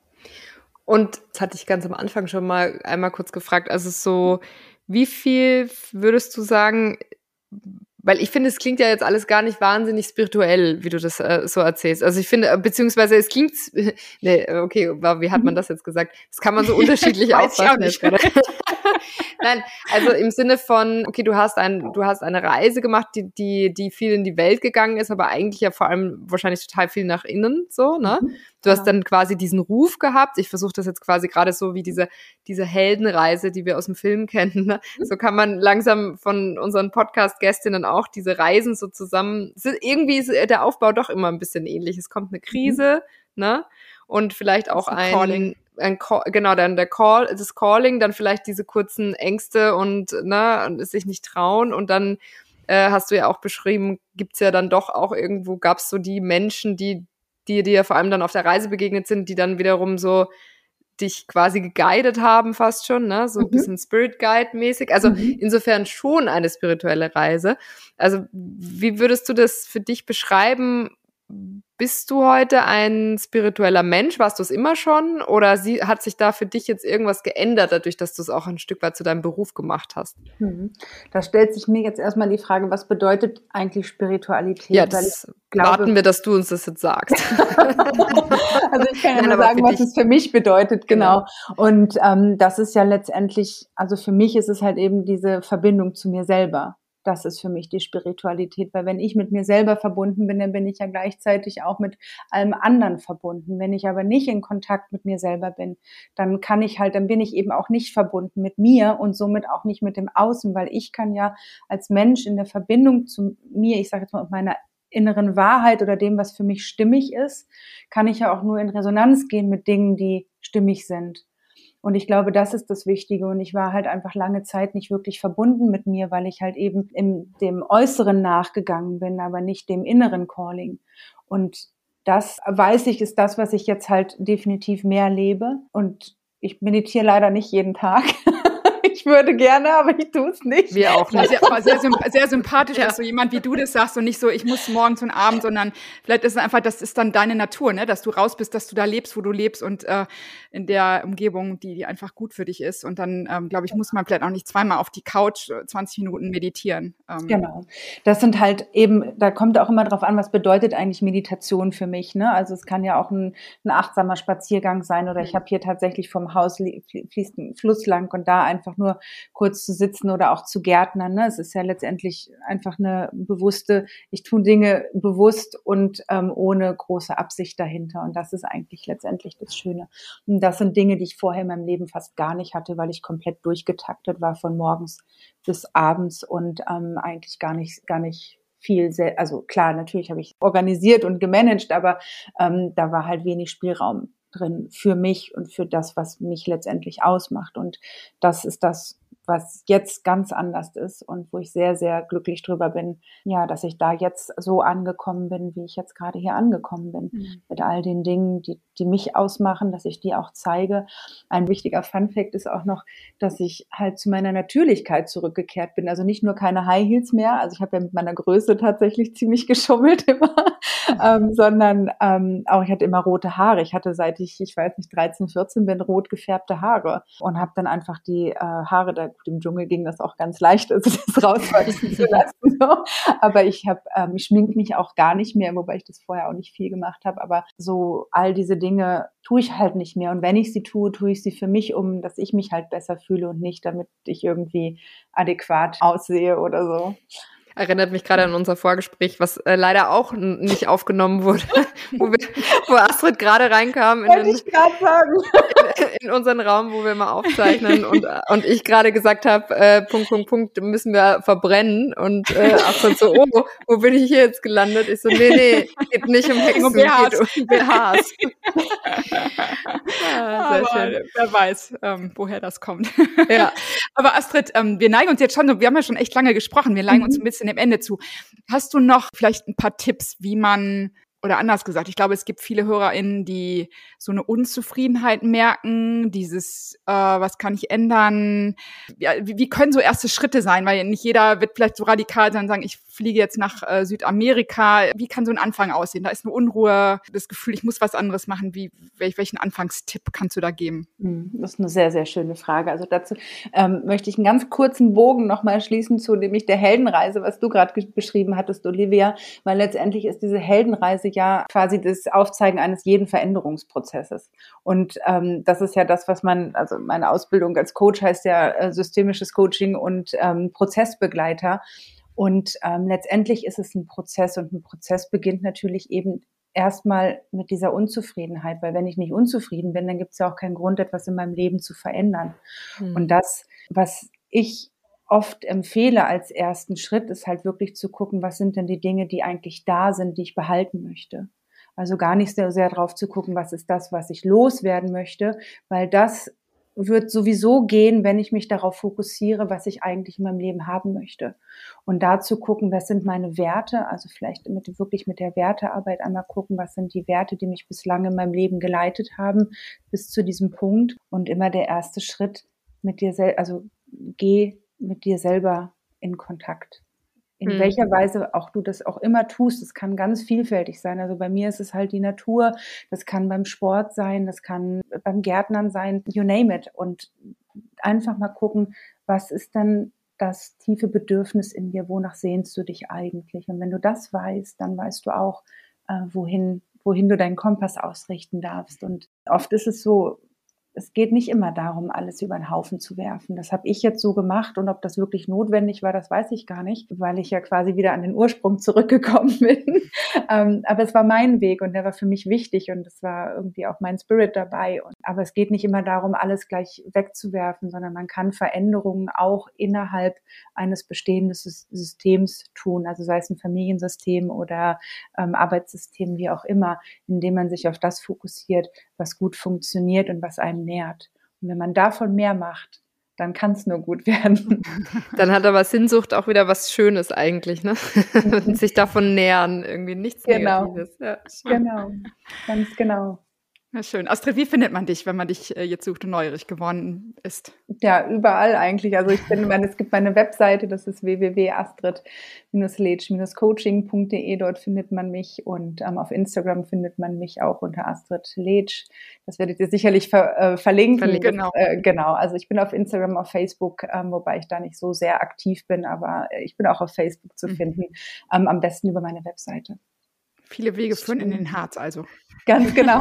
B: Und das hatte ich ganz am Anfang schon mal einmal kurz gefragt, also so, wie viel würdest du sagen, weil ich finde, es klingt ja jetzt alles gar nicht wahnsinnig spirituell, wie du das äh, so erzählst. Also ich finde, beziehungsweise es klingt, nee, okay, wie hat man das jetzt gesagt? Das kann man so unterschiedlich auffassen jetzt gerade. Nein, also im Sinne von, okay, du hast ein, du hast eine Reise gemacht, die, die, die viel in die Welt gegangen ist, aber eigentlich ja vor allem wahrscheinlich total viel nach innen, so, ne? Du hast dann quasi diesen Ruf gehabt. Ich versuche das jetzt quasi gerade so wie diese, diese Heldenreise, die wir aus dem Film kennen, ne? So kann man langsam von unseren Podcast-Gästinnen auch diese Reisen so zusammen, irgendwie ist der Aufbau doch immer ein bisschen ähnlich. Es kommt eine Krise, mhm. ne? Und vielleicht auch ein, ein, ein Call, genau, dann der Call, das Calling, dann vielleicht diese kurzen Ängste und, ne, und sich nicht trauen und dann äh, hast du ja auch beschrieben, gibt's ja dann doch auch irgendwo, gab's so die Menschen, die die dir vor allem dann auf der Reise begegnet sind, die dann wiederum so dich quasi geguidet haben fast schon, ne, so ein mhm. bisschen Spirit Guide mäßig. Also mhm. insofern schon eine spirituelle Reise. Also wie würdest du das für dich beschreiben? Bist du heute ein spiritueller Mensch? Warst du es immer schon? Oder sie, hat sich da für dich jetzt irgendwas geändert, dadurch, dass du es auch ein Stück weit zu deinem Beruf gemacht hast?
D: Mhm. Da stellt sich mir jetzt erstmal die Frage, was bedeutet eigentlich Spiritualität?
B: Ja, das glaube, warten wir, dass du uns das jetzt sagst.
D: Also ich kann ja nur sagen, was es für mich bedeutet, genau. genau. Und ähm, das ist ja letztendlich, also für mich ist es halt eben diese Verbindung zu mir selber. Das ist für mich die Spiritualität, weil wenn ich mit mir selber verbunden bin, dann bin ich ja gleichzeitig auch mit allem anderen verbunden. Wenn ich aber nicht in Kontakt mit mir selber bin, dann kann ich halt, dann bin ich eben auch nicht verbunden mit mir und somit auch nicht mit dem Außen, weil ich kann ja als Mensch in der Verbindung zu mir, ich sage jetzt mal, meiner inneren Wahrheit oder dem, was für mich stimmig ist, kann ich ja auch nur in Resonanz gehen mit Dingen, die stimmig sind. Und ich glaube, das ist das Wichtige. Und ich war halt einfach lange Zeit nicht wirklich verbunden mit mir, weil ich halt eben im, dem Äußeren nachgegangen bin, aber nicht dem inneren Calling. Und das, weiß ich, ist das, was ich jetzt halt definitiv mehr lebe. Und ich meditiere leider nicht jeden Tag. Ich würde gerne, aber ich tue es nicht.
C: Wir auch nicht. Aber sehr, sehr sympathisch, ja. Dass so jemand wie du das sagst und nicht so, ich muss morgens und abends, sondern vielleicht ist es einfach, das ist dann deine Natur, ne, dass du raus bist, dass du da lebst, wo du lebst und äh, in der Umgebung, die, die einfach gut für dich ist. Und dann, ähm, glaube ich, muss man vielleicht auch nicht zweimal auf die Couch zwanzig Minuten meditieren. Ähm.
D: Genau. Das sind halt eben, da kommt auch immer drauf an, was bedeutet eigentlich Meditation für mich, ne? Also es kann ja auch ein, ein achtsamer Spaziergang sein oder ich habe hier tatsächlich vom Haus fließt ein Fluss lang und da einfach nur kurz zu sitzen oder auch zu gärtnern. Ne? Es ist ja letztendlich einfach eine bewusste, ich tue Dinge bewusst und ähm, ohne große Absicht dahinter. Und das ist eigentlich letztendlich das Schöne. Und das sind Dinge, die ich vorher in meinem Leben fast gar nicht hatte, weil ich komplett durchgetaktet war von morgens bis abends und ähm, eigentlich gar nicht, gar nicht viel, sehr, also klar, natürlich habe ich organisiert und gemanagt, aber ähm, da war halt wenig Spielraum drin für mich und für das, was mich letztendlich ausmacht. Und das ist das, was jetzt ganz anders ist und wo ich sehr, sehr glücklich drüber bin, ja, dass ich da jetzt so angekommen bin, wie ich jetzt gerade hier angekommen bin. Mhm. Mit all den Dingen, die, die mich ausmachen, dass ich die auch zeige. Ein wichtiger Funfact ist auch noch, dass ich halt zu meiner Natürlichkeit zurückgekehrt bin. Also nicht nur keine High Heels mehr, also ich habe ja mit meiner Größe tatsächlich ziemlich geschummelt immer, ähm, sondern ähm, auch ich hatte immer rote Haare. Ich hatte seit ich, ich weiß nicht, dreizehn, vierzehn bin, rot gefärbte Haare und habe dann einfach die äh, Haare, da gut, im Dschungel ging das auch ganz leicht, also das rauswachsen zu lassen. So. Aber ich habe, ähm, ich schmink mich auch gar nicht mehr, wobei ich das vorher auch nicht viel gemacht habe. Aber so all diese Dinge tue ich halt nicht mehr. Und wenn ich sie tue, tue ich sie für mich, um, dass ich mich halt besser fühle und nicht, damit ich irgendwie adäquat aussehe oder so.
B: Erinnert mich gerade an unser Vorgespräch, was äh, leider auch n- nicht aufgenommen wurde, wo, wir, wo Astrid gerade reinkam in,
D: Wollte
B: den,
D: ich gerade sagen.
B: in, in unseren Raum, wo wir mal aufzeichnen und, und ich gerade gesagt habe, äh, Punkt, Punkt, Punkt, müssen wir verbrennen und äh, Astrid so, oh, wo bin ich hier jetzt gelandet? Ich so, nee, nee, geht nicht um Hexen,
C: Um B Hs.
B: geht um B Hs. Ah, sehr
C: Aber
B: schön.
C: wer weiß, ähm, woher das kommt.
B: Ja.
C: Aber Astrid, ähm, wir neigen uns jetzt schon, so, wir haben ja schon echt lange gesprochen, wir neigen uns ein bisschen dem Ende zu. Hast du noch vielleicht ein paar Tipps, wie man, oder anders gesagt, ich glaube, es gibt viele HörerInnen, die so eine Unzufriedenheit merken, dieses, äh, was kann ich ändern? Ja, wie, wie können so erste Schritte sein? Weil nicht jeder wird vielleicht so radikal sein und sagen, ich fliege jetzt nach äh, Südamerika. Wie kann so ein Anfang aussehen? Da ist eine Unruhe, das Gefühl, ich muss was anderes machen. Wie, welch, welchen Anfangstipp kannst du da geben?
D: Das ist eine sehr, sehr schöne Frage. Also dazu ähm, möchte ich einen ganz kurzen Bogen nochmal schließen zu nämlich der Heldenreise, was du gerade ge- beschrieben hattest, Olivia, weil letztendlich ist diese Heldenreise ja quasi das Aufzeigen eines jeden Veränderungsprozesses. Und ähm, das ist ja das, was man, also meine Ausbildung als Coach heißt ja äh, systemisches Coaching und ähm, Prozessbegleiter. Und ähm, letztendlich ist es ein Prozess und ein Prozess beginnt natürlich eben erstmal mit dieser Unzufriedenheit, weil wenn ich nicht unzufrieden bin, dann gibt es ja auch keinen Grund, etwas in meinem Leben zu verändern. Mhm. Und das, was ich oft empfehle als ersten Schritt, ist halt wirklich zu gucken, was sind denn die Dinge, die eigentlich da sind, die ich behalten möchte. Also gar nicht so sehr drauf zu gucken, was ist das, was ich loswerden möchte, weil das wird sowieso gehen, wenn ich mich darauf fokussiere, was ich eigentlich in meinem Leben haben möchte. Und da zu gucken, was sind meine Werte, also vielleicht mit, wirklich mit der Wertearbeit einmal gucken, was sind die Werte, die mich bislang in meinem Leben geleitet haben, bis zu diesem Punkt. Und immer der erste Schritt mit dir selbst, also geh mit dir selber in Kontakt. In hm. welcher Weise auch du das auch immer tust, es kann ganz vielfältig sein. Also bei mir ist es halt die Natur, das kann beim Sport sein, das kann beim Gärtnern sein, you name it. Und einfach mal gucken, was ist denn das tiefe Bedürfnis in dir, wonach sehnst du dich eigentlich? Und wenn du das weißt, dann weißt du auch, äh, wohin, wohin du deinen Kompass ausrichten darfst. Und oft ist es so, es geht nicht immer darum, alles über den Haufen zu werfen. Das habe ich jetzt so gemacht und ob das wirklich notwendig war, das weiß ich gar nicht, weil ich ja quasi wieder an den Ursprung zurückgekommen bin. ähm, aber es war mein Weg und der war für mich wichtig und es war irgendwie auch mein Spirit dabei. Und, aber es geht nicht immer darum, alles gleich wegzuwerfen, sondern man kann Veränderungen auch innerhalb eines bestehenden Systems tun, also sei es ein Familiensystem oder ähm, Arbeitssystem, wie auch immer, indem man sich auf das fokussiert, was gut funktioniert und was einen nährt. Und wenn man davon mehr macht, dann kann es nur gut werden.
B: Dann hat aber Sinnsucht auch wieder was Schönes eigentlich, ne? Mhm. Sich davon nähern, irgendwie nichts
D: genau.
B: Negatives. Ja.
D: Genau, ganz genau.
C: Ja, schön. Astrid, wie findet man dich, wenn man dich äh, jetzt sucht und neugierig geworden ist?
D: Ja, überall eigentlich. Also ich bin, meine, es gibt meine Webseite, das ist w w w punkt astrid dash coaching punkt d e. Dort findet man mich und ähm, auf Instagram findet man mich auch unter Astrid Letsch. Das werdet ihr sicherlich ver, äh, verlinken.
C: Verlinken, genau.
D: Das, äh, genau. Also ich bin auf Instagram, auf Facebook, ähm, wobei ich da nicht so sehr aktiv bin, aber ich bin auch auf Facebook zu mhm. finden. Ähm, am besten über meine Webseite.
C: Viele Wege führen in den Harz, also.
D: Ganz genau.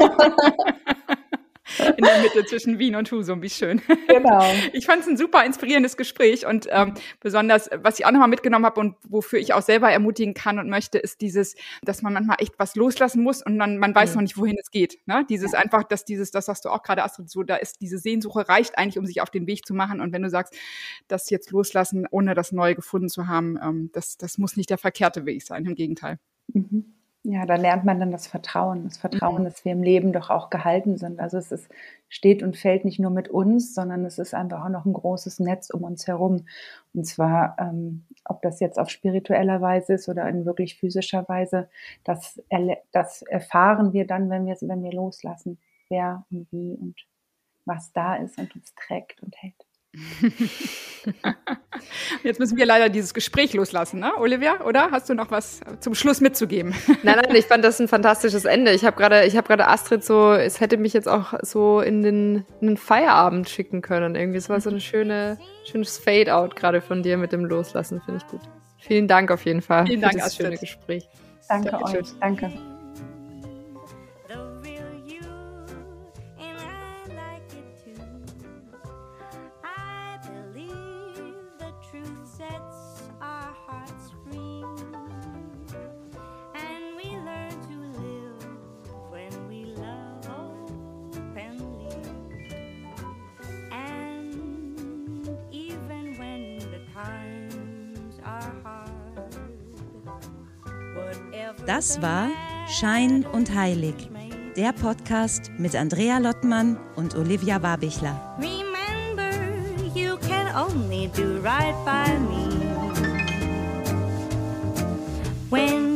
C: In der Mitte zwischen Wien und Husum, wie schön.
D: Genau.
C: Ich fand es ein super inspirierendes Gespräch und ähm, besonders, was ich auch nochmal mitgenommen habe und wofür ich auch selber ermutigen kann und möchte, ist dieses, dass man manchmal echt was loslassen muss und dann man weiß mhm. noch nicht, wohin es geht. Ne? Dieses ja. einfach, dass dieses, das sagst du auch gerade, Astrid, so, da ist diese Sehnsuche reicht eigentlich, um sich auf den Weg zu machen. Und wenn du sagst, das jetzt loslassen, ohne das Neue gefunden zu haben, ähm, das, das muss nicht der verkehrte Weg sein, im Gegenteil.
D: Mhm. Ja, da lernt man dann das Vertrauen, das Vertrauen, mhm. dass wir im Leben doch auch gehalten sind. Also es ist, steht und fällt nicht nur mit uns, sondern es ist einfach auch noch ein großes Netz um uns herum. Und zwar, ähm, ob das jetzt auf spiritueller Weise ist oder in wirklich physischer Weise, das, erle- das erfahren wir dann, wenn wir, wenn wir loslassen, wer und wie und was da ist und uns trägt und hält.
C: Jetzt müssen wir leider dieses Gespräch loslassen, ne, Olivia? Oder hast du noch was zum Schluss mitzugeben?
B: Nein, nein, ich fand das ein fantastisches Ende. Ich habe gerade, ich habe gerade Astrid so, es hätte mich jetzt auch so in den, in den Feierabend schicken können. Irgendwie, es war so eine schöne, schönes Fade-out gerade von dir mit dem Loslassen, finde ich gut. Vielen Dank auf jeden Fall
C: Vielen
B: für
C: Dank,
B: das
C: Astrid.
B: schöne Gespräch.
D: Danke
C: Dankeschön.
D: euch, danke.
E: Sets our hearts
A: Das war Schein und Heilig, der Podcast mit Andrea Lottmann und Olivia Warbichler.
E: Remember, you can only do right by me. When